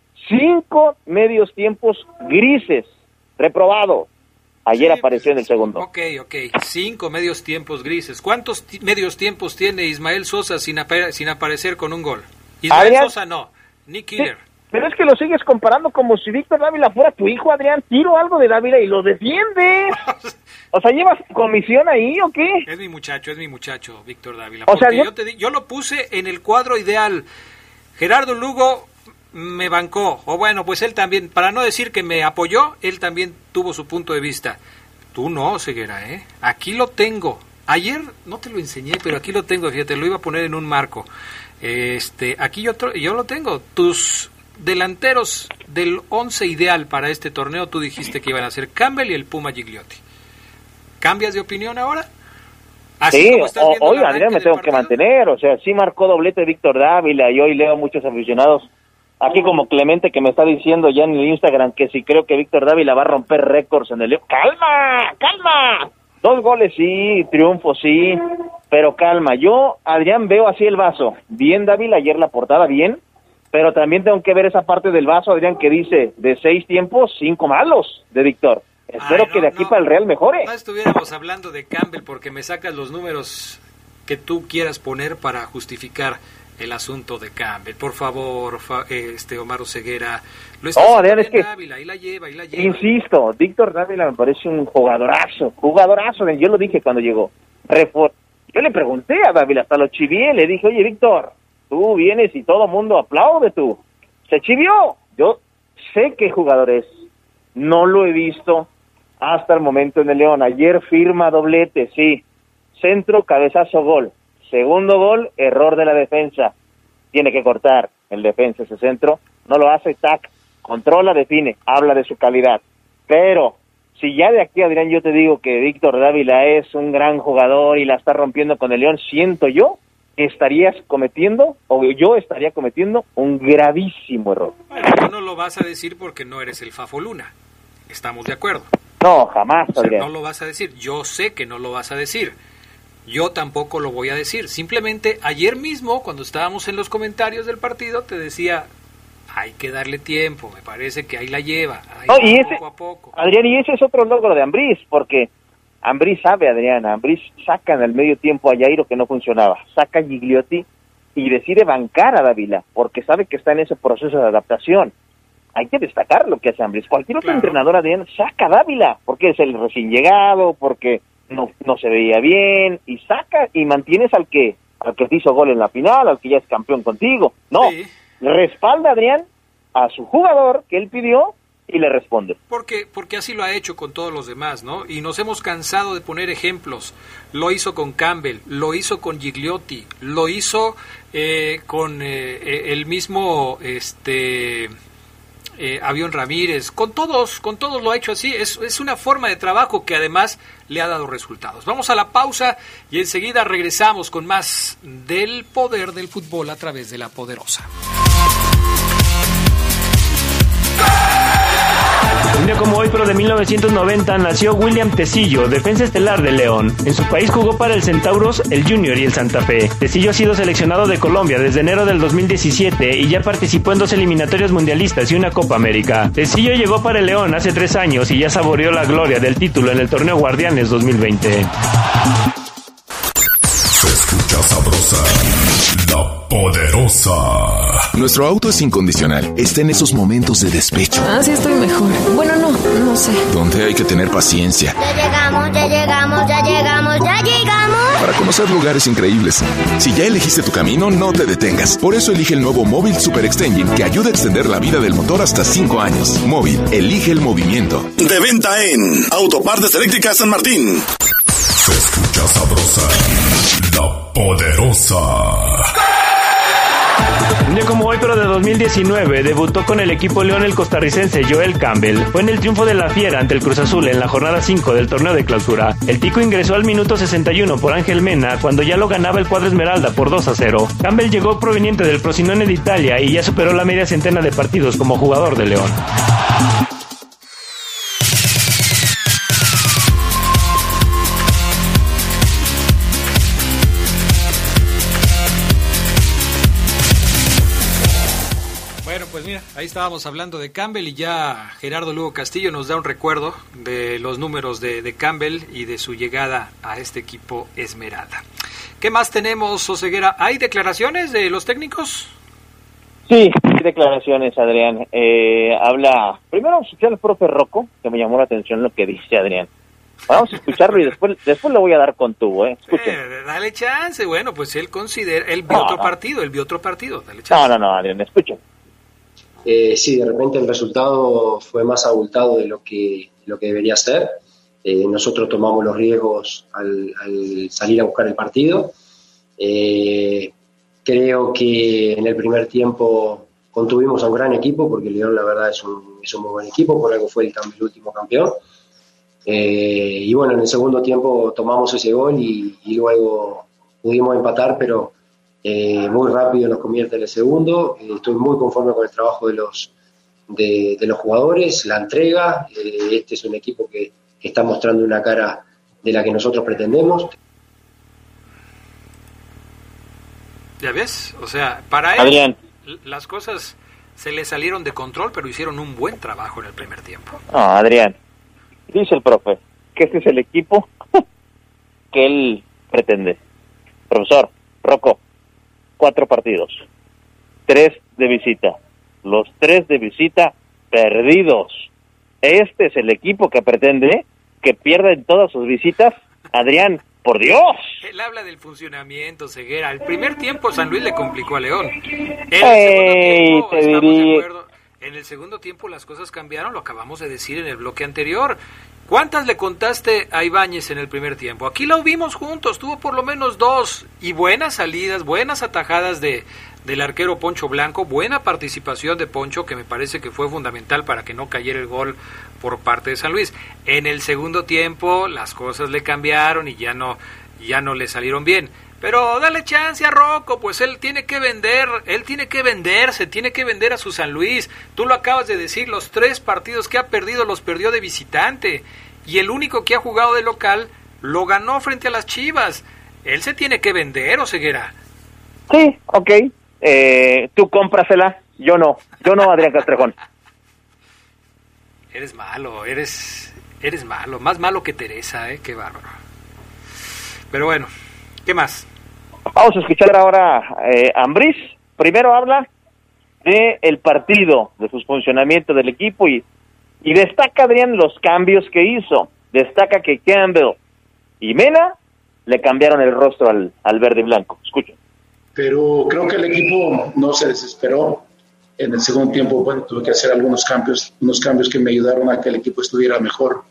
Cinco medios tiempos grises. Reprobado. Ayer sí, apareció en el segundo. Ok, ok. Cinco medios tiempos grises. ¿Cuántos t- medios tiempos tiene Ismael Sosa sin, ap- sin aparecer con un gol? Ismael Adrián, Sosa no. Nick Killer. Sí, pero es que lo sigues comparando como si Víctor Dávila fuera tu hijo, Adrián. Tiro algo de Dávila y lo defiendes. O sea, ¿llevas comisión ahí o qué? Es mi muchacho, es mi muchacho, Víctor Dávila. O sea, yo... yo, te di- yo lo puse en el cuadro ideal. Gerardo Lugo me bancó, o bueno, pues él también, para no decir que me apoyó, él también tuvo su punto de vista. Tú no, Ceguera, ¿eh? Aquí lo tengo. Ayer no te lo enseñé, pero aquí lo tengo, fíjate, lo iba a poner en un marco. Este, aquí yo, yo lo tengo. Tus delanteros del once ideal para este torneo, tú dijiste que iban a ser Campbell y el Puma Gigliotti. ¿Cambias de opinión ahora? Así sí, o, hoy Adrián me tengo que mantener, o sea, sí marcó doblete Víctor Dávila y hoy leo muchos aficionados Aquí como Clemente que me está diciendo ya en el Instagram que si creo que Víctor Dávila va a romper récords en el León. ¡Calma! ¡Calma! Dos goles sí, triunfo sí, pero calma. Yo, Adrián, veo así el vaso. Bien Dávila, ayer la portada bien, pero también tengo que ver esa parte del vaso, Adrián, que dice de seis tiempos, cinco malos de Víctor. Espero Ay, no, que de aquí no, para el Real mejore. No estuviéramos hablando de Campbell porque me sacas los números que tú quieras poner para justificar el asunto de Campbell. Por favor, fa, este Omar Oseguera, lo está oh, Adrián, es que Dávila, ahí la lleva, ahí la lleva. Insisto, Víctor Dávila me parece un jugadorazo, jugadorazo, yo lo dije cuando llegó. Refor- yo le pregunté a Dávila, hasta lo chivié, le dije, oye Víctor, tú vienes y todo mundo aplaude tú. Se chivió. Yo sé qué jugador es, no lo he visto hasta el momento en el León. Ayer firma doblete, sí, centro, cabezazo, gol. Segundo gol, error de la defensa. Tiene que cortar el defensa ese centro. No lo hace, tac. Controla, define, habla de su calidad. Pero, si ya de aquí, Adrián, yo te digo que Víctor Dávila es un gran jugador y la está rompiendo con el León, siento yo que estarías cometiendo, o yo estaría cometiendo, un gravísimo error. Bueno, tú no lo vas a decir porque no eres el Fafo Luna. Estamos de acuerdo. No, jamás, o sea, Adrián. No lo vas a decir. Yo sé que no lo vas a decir. Yo tampoco lo voy a decir. Simplemente ayer mismo, cuando estábamos en los comentarios del partido, te decía, hay que darle tiempo, me parece que ahí la lleva. Ahí no, y ese, poco a poco. Adrián, y ese es otro logro de Ambriz, porque Ambriz sabe, Adrián, Ambriz saca en el medio tiempo a Jairo que no funcionaba, saca a Gigliotti y decide bancar a Dávila, porque sabe que está en ese proceso de adaptación. Hay que destacar lo que hace Ambriz. Cualquier otro claro. entrenador, Adrián, saca a Dávila, porque es el recién llegado, porque no no se veía bien, y saca y mantienes al que al que te hizo gol en la final, al que ya es campeón contigo. No, sí. Respalda, Adrián, a su jugador que él pidió y le responde. Porque porque así lo ha hecho con todos los demás, ¿no? Y nos hemos cansado de poner ejemplos. Lo hizo con Campbell, lo hizo con Gigliotti, lo hizo eh, con eh, el mismo este Eh, Avión Ramírez, con todos, con todos lo ha hecho así, es, es una forma de trabajo que además le ha dado resultados. Vamos a la pausa y enseguida regresamos con más del poder del fútbol a través de La Poderosa. Un día como hoy, pero de mil novecientos noventa, nació William Tecillo, defensa estelar de León. En su país jugó para el Centauros, el Junior y el Santa Fe. Tecillo ha sido seleccionado de Colombia desde enero del dos mil diecisiete y ya participó en dos eliminatorias mundialistas y una Copa América. Tecillo llegó para el León hace tres años y ya saboreó la gloria del título en el torneo Guardianes dos mil veinte. Se escucha sabrosa, La Poderosa. Nuestro auto es incondicional. Está en esos momentos de despecho. Ah, sí estoy mejor. Bueno, no, no sé. Donde hay que tener paciencia. Ya llegamos, ya llegamos, ya llegamos, ya llegamos. Para conocer lugares increíbles. Si ya elegiste tu camino, no te detengas. Por eso elige el nuevo Móvil Super Extension, que ayuda a extender la vida del motor hasta cinco años. Móvil, elige el movimiento. De venta en Autopartes Eléctricas San Martín. Se escucha sabrosa, La Poderosa. Un día como hoy, pero de dos mil diecinueve, debutó con el equipo León el costarricense Joel Campbell. Fue en el triunfo de la Fiera ante el Cruz Azul en la jornada cinco del torneo de clausura. El tico ingresó al minuto sesenta y uno por Ángel Mena cuando ya lo ganaba el cuadro Esmeralda por dos a cero. Campbell llegó proveniente del Frosinone de Italia y ya superó la media centena de partidos como jugador de León. Ahí estábamos hablando de Campbell y ya Gerardo Lugo Castillo nos da un recuerdo de los números de, de Campbell y de su llegada a este equipo Esmeralda. ¿Qué más tenemos, Oseguera? ¿Hay declaraciones de los técnicos? Sí, hay declaraciones, Adrián. Eh, habla, primero vamos a escuchar al profe Rocco, que me llamó la atención lo que dice Adrián. Vamos a escucharlo y después después le voy a dar con tubo, ¿eh? eh dale chance, bueno, pues él considera, él vio no, otro no. partido, él vio otro partido, dale chance. No, no, no, Adrián, escucha. Eh, sí, de repente el resultado fue más abultado de lo que, lo que debería ser. Eh, nosotros tomamos los riesgos al, al salir a buscar el partido. Eh, creo que en el primer tiempo contuvimos a un gran equipo, porque León la verdad es un, es un muy buen equipo, por algo fue el, el último campeón. Eh, y bueno, en el segundo tiempo tomamos ese gol y, y luego pudimos empatar, pero eh, muy rápido nos convierte en el segundo. Eh, estoy muy conforme con el trabajo de los, de, de los jugadores, la entrega. Eh, este es un equipo que, que está mostrando una cara de la que nosotros pretendemos. ¿Ya ves? O sea, para él Adrián. las cosas se le salieron de control, pero hicieron un buen trabajo en el primer tiempo. No, Adrián, dice el profe que este es el equipo que él pretende. Profesor, Rocco, cuatro partidos, tres de visita, los tres de visita perdidos. Este es el equipo que pretende que pierda en todas sus visitas. Adrián, por Dios. Él habla del funcionamiento, Ceguera. El primer tiempo San Luis le complicó a León. En el Ey, segundo tiempo, te estamos diría. de acuerdo, en el segundo tiempo las cosas cambiaron, lo acabamos de decir en el bloque anterior. ¿Cuántas le contaste a Ibáñez en el primer tiempo? Aquí lo vimos juntos, tuvo por lo menos dos, y buenas salidas, buenas atajadas de del arquero Poncho Blanco, buena participación de Poncho, que me parece que fue fundamental para que no cayera el gol por parte de San Luis. En el segundo tiempo las cosas le cambiaron y ya no, ya no le salieron bien. Pero dale chance a Rocco, pues él tiene que vender, él tiene que venderse, tiene que vender a su San Luis. Tú lo acabas de decir, los tres partidos que ha perdido los perdió de visitante. Y el único que ha jugado de local lo ganó frente a las Chivas. Él se tiene que vender, ¿o Ceguera? Sí, ok. Eh, tú cómprasela, yo no. Yo no, Adrián Castrejón. Eres malo, eres eres malo, más malo que Teresa, ¿eh? Qué bárbaro. Pero bueno, ¿qué más? Vamos a escuchar ahora eh, a Ambriz. Primero habla de el partido, de sus funcionamientos del equipo y, y destaca, Adrián, los cambios que hizo. Destaca que Campbell y Mena le cambiaron el rostro al, al verde y blanco. Escuchen. Pero creo que el equipo no se desesperó. En el segundo tiempo, bueno, tuve que hacer algunos cambios, unos cambios que me ayudaron a que el equipo estuviera mejor,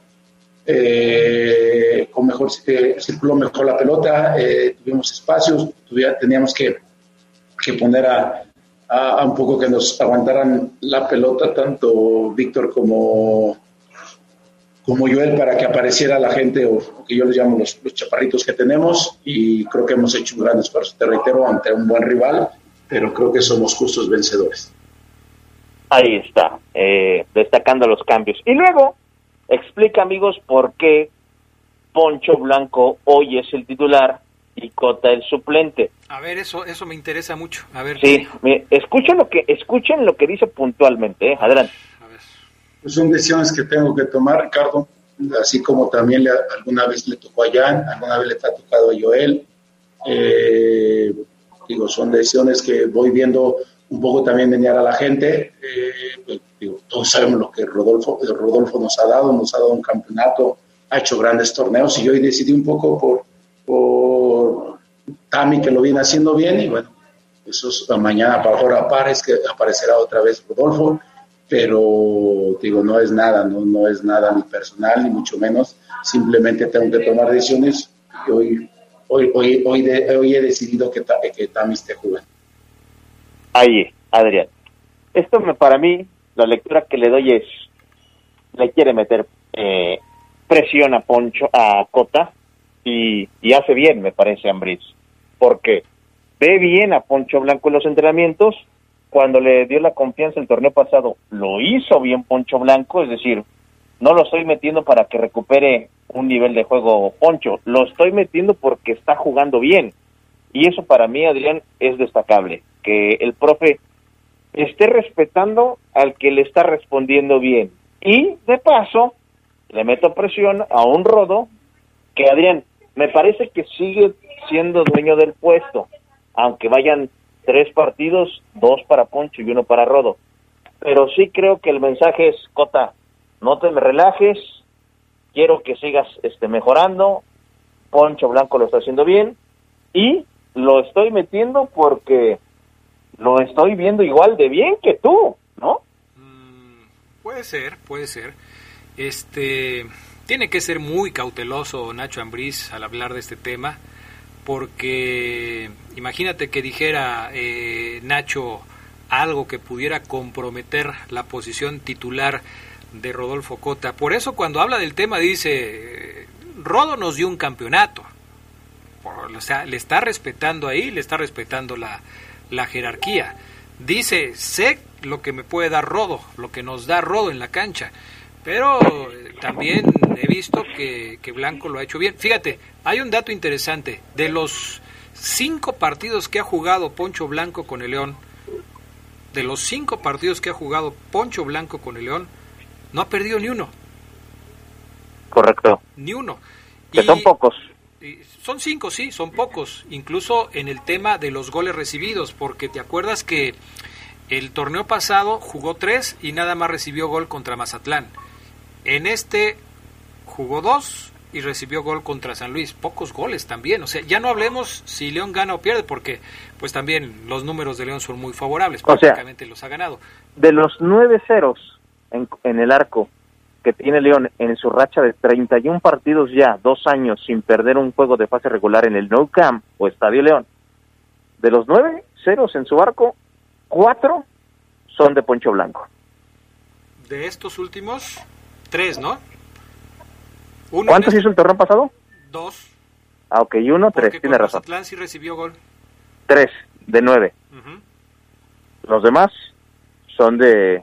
eh, con mejor, eh, circuló mejor la pelota, eh, tuvimos espacios, tuviera, teníamos que, que poner a, a, a un poco que nos aguantaran la pelota, tanto Víctor como, como Joel, para que apareciera la gente, o, o que yo les llamo los, los chaparritos que tenemos, y creo que hemos hecho un gran esfuerzo, te reitero, ante un buen rival, pero creo que somos justos vencedores. Ahí está, eh, destacando los cambios. Y luego explica, amigos, por qué Poncho Blanco hoy es el titular y Cota el suplente. A ver, eso eso me interesa mucho. A ver. Sí, mire, escuchen lo que escuchen lo que dice puntualmente, ¿eh? Adelante. Pues son decisiones que tengo que tomar, Ricardo, así como también le, alguna vez le tocó a Jan, alguna vez le ha tocado a Joel. Eh, digo, son decisiones que voy viendo un poco también venir a la gente. Eh, pues, digo, todos sabemos lo que Rodolfo, Rodolfo nos ha dado, nos ha dado un campeonato, ha hecho grandes torneos, y yo hoy decidí un poco por, por Tami, que lo viene haciendo bien, y bueno, eso es, mañana para ahora pares que aparecerá otra vez Rodolfo, pero digo, no es nada, no, no es nada ni personal, ni mucho menos, simplemente tengo que tomar decisiones, y hoy, hoy, hoy, hoy, de, hoy he decidido que, que Tami esté jugando. Ahí, Adrián. Esto me, para mí, la lectura que le doy es, le quiere meter eh, presión a Poncho, a Cota, y, y hace bien, me parece, Ambriz, porque ve bien a Poncho Blanco en los entrenamientos. Cuando le dio la confianza el torneo pasado, lo hizo bien Poncho Blanco, es decir, no lo estoy metiendo para que recupere un nivel de juego Poncho, lo estoy metiendo porque está jugando bien, y eso para mí, Adrián, es destacable, que el profe esté respetando al que le está respondiendo bien, y de paso le meto presión a un Rodo que, Adrián, me parece que sigue siendo dueño del puesto, aunque vayan tres partidos, dos para Poncho y uno para Rodo, pero sí creo que el mensaje es: Cota, no te me relajes, quiero que sigas este mejorando, Poncho Blanco lo está haciendo bien, y lo estoy metiendo porque lo estoy viendo igual de bien que tú, ¿no? Mm, puede ser, puede ser. Este, tiene que ser muy cauteloso Nacho Ambriz al hablar de este tema, porque imagínate que dijera eh, Nacho algo que pudiera comprometer la posición titular de Rodolfo Cota. Por eso cuando habla del tema dice, Rodo nos dio un campeonato. por, o sea, le está respetando ahí, le está respetando la, la jerarquía. Dice, sé lo que me puede dar Rodo, lo que nos da Rodo en la cancha, pero eh, también he visto que, que Blanco lo ha hecho bien. Fíjate, hay un dato interesante, de los cinco partidos que ha jugado Poncho Blanco con el León, de los cinco partidos que ha jugado Poncho Blanco con el León, no ha perdido ni uno. Correcto. Ni uno. Que y, son pocos. Y son cinco, sí, son pocos. Incluso en el tema de los goles recibidos, porque te acuerdas que el torneo pasado jugó tres y nada más recibió gol contra Mazatlán. En este jugó dos y recibió gol contra San Luis. Pocos goles también. O sea, ya no hablemos si León gana o pierde, porque pues también los números de León son muy favorables. Prácticamente los ha ganado. De los nueve ceros en, en el arco que tiene León en su racha de treinta y uno partidos ya, dos años sin perder un juego de fase regular en el Nou Camp o Estadio León, de los nueve ceros en su arco, cuatro son de Poncho Blanco. De estos últimos, tres, ¿no? Uno ¿Cuántos este, hizo el torneo pasado? Dos. Ah, ok, y uno, tres, tiene razón. Mazatlán sí recibió gol. Tres, de nueve. Uh-huh. Los demás son de...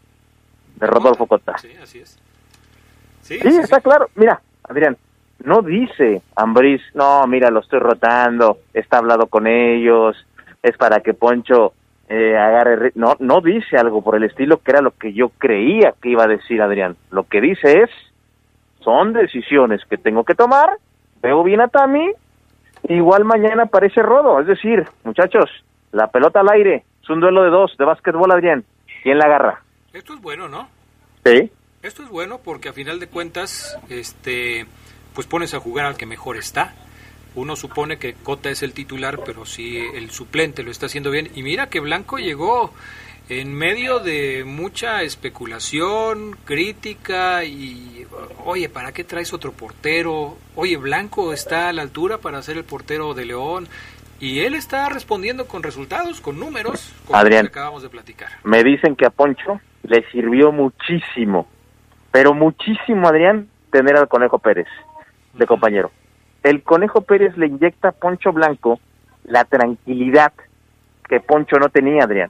de Rodolfo Cota. Sí, así es. Sí, sí, sí está sí. claro. Mira, Adrián, no dice Ambriz, no, mira, lo estoy rotando, está hablado con ellos, es para que Poncho eh, agarre... No, no dice algo por el estilo, que era lo que yo creía que iba a decir Adrián. Lo que dice es, son decisiones que tengo que tomar, veo bien a Tami, igual mañana aparece Rodo. Es decir, muchachos, la pelota al aire, es un duelo de dos, de básquetbol, Adrián. ¿Quién la agarra? Esto es bueno, ¿no? Sí. Esto es bueno porque a final de cuentas, este, pues pones a jugar al que mejor está. Uno supone que Cota es el titular, pero si el suplente lo está haciendo bien. Y mira que Blanco llegó en medio de mucha especulación, crítica y, oye, ¿para qué traes otro portero? Oye, Blanco está a la altura para ser el portero de León. Y él está respondiendo con resultados, con números, como Adrián, que acabamos de platicar. Me dicen que a Poncho le sirvió muchísimo, pero muchísimo, Adrián, tener al Conejo Pérez de compañero. El Conejo Pérez le inyecta a Poncho Blanco la tranquilidad que Poncho no tenía, Adrián.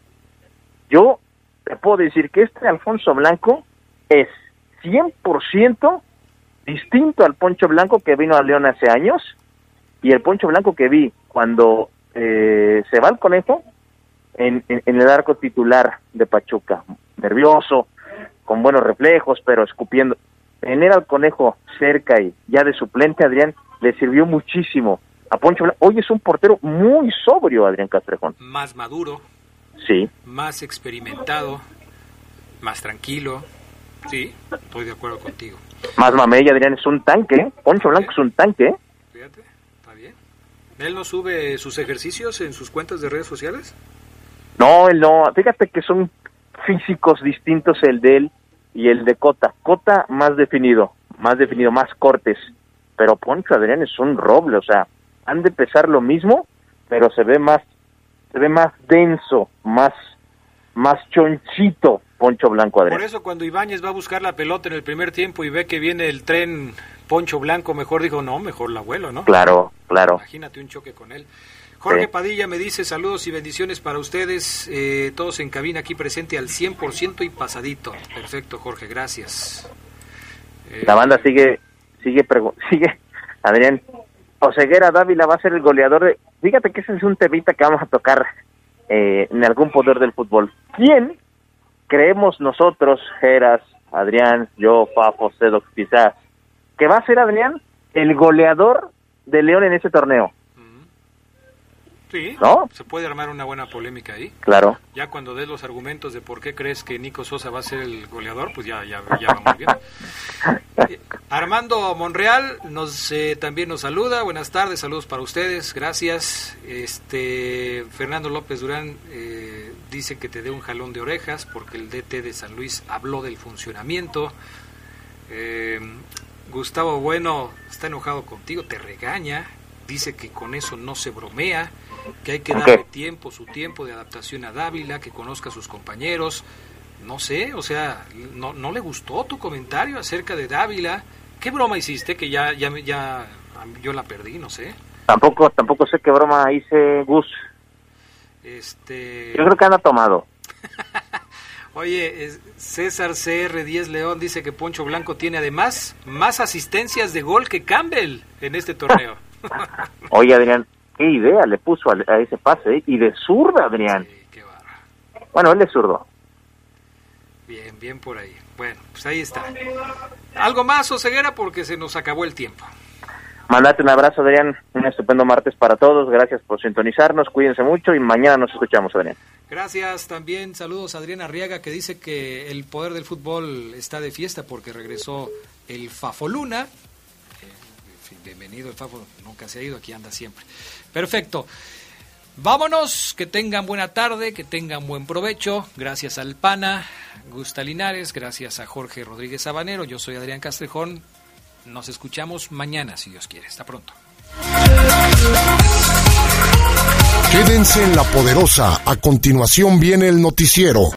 Yo te puedo decir que este Alfonso Blanco es cien por ciento distinto al Poncho Blanco que vino a León hace años y el Poncho Blanco que vi cuando eh, se va el Conejo en, en, en el arco titular de Pachuca. Nervioso, con buenos reflejos, pero escupiendo. Tener al Conejo cerca y ya de suplente, Adrián, le sirvió muchísimo a Poncho Blanco. Hoy es un portero muy sobrio, Adrián Castrejón. Más maduro. Sí. Más experimentado, más tranquilo. Sí, estoy de acuerdo contigo. Más mamey, Adrián, es un tanque. Poncho Blanco es un tanque. Fíjate, está bien. ¿Él no sube sus ejercicios en sus cuentas de redes sociales? No, él no. Fíjate que son físicos distintos el de él y el de Cota. Cota más definido, más definido, más cortes. Pero Poncho, Adrián, es un roble. O sea, han de pesar lo mismo, pero se ve más, se ve más denso, más, más chonchito Poncho Blanco, Adrián. Por eso cuando Ibáñez va a buscar la pelota en el primer tiempo y ve que viene el tren Poncho Blanco, mejor dijo, no, mejor la abuelo, ¿no? Claro, claro. Imagínate un choque con él. Jorge sí. Padilla me dice, saludos y bendiciones para ustedes, eh, todos en cabina aquí presente al cien por ciento y pasadito. Perfecto, Jorge, gracias. Eh, la banda sigue, sigue, pregu- sigue, Adrián, Oseguera Dávila va a ser el goleador de... Fíjate que ese es un temita que vamos a tocar eh, en algún poder del fútbol. ¿Quién creemos nosotros, Geras, Adrián, yo, Fafo, Cedo, quizás, que va a ser, Adrián, el goleador de León en ese torneo? Sí, ¿no? Se puede armar una buena polémica ahí. Claro. Ya cuando des los argumentos de por qué crees que Nico Sosa va a ser el goleador, pues ya, ya, ya vamos bien. eh, Armando Monreal nos eh, también nos saluda. Buenas tardes, saludos para ustedes, gracias. Este Fernando López Durán eh, dice que te dé un jalón de orejas porque el D T de San Luis habló del funcionamiento. Eh, Gustavo Bueno está enojado contigo, te regaña, dice que con eso no se bromea, que hay que darle okay. tiempo, su tiempo de adaptación a Dávila, que conozca a sus compañeros. No sé, o sea, no, no le gustó tu comentario acerca de Dávila. ¿Qué broma hiciste? Que ya, ya, ya yo la perdí, no sé. Tampoco, tampoco sé qué broma hice, Gus. Este... Yo creo que anda tomado. Oye, César C R diez León dice que Poncho Blanco tiene además más asistencias de gol que Campbell en este torneo. Oye, Adrián, qué idea le puso a, a ese pase, ¿eh? Y de zurda, Adrián. Sí, qué barra. Bueno, él es zurdo. Bien, bien por ahí. Bueno, pues ahí está. ¿Algo más, Oseguera? Porque se nos acabó el tiempo. Mandate un abrazo, Adrián. Un estupendo martes para todos. Gracias por sintonizarnos. Cuídense mucho y mañana nos escuchamos, Adrián. Gracias también. Saludos a Adrián Arriaga, que dice que el poder del fútbol está de fiesta porque regresó el Fafoluna. Eh, bienvenido el Fafo. Nunca se ha ido. Aquí anda siempre. Perfecto. Vámonos. Que tengan buena tarde. Que tengan buen provecho. Gracias al Pana, Gusta Linares. Gracias a Jorge Rodríguez Sabanero. Yo soy Adrián Castrejón. Nos escuchamos mañana, si Dios quiere. Hasta pronto. Quédense en La Poderosa. A continuación viene el noticiero.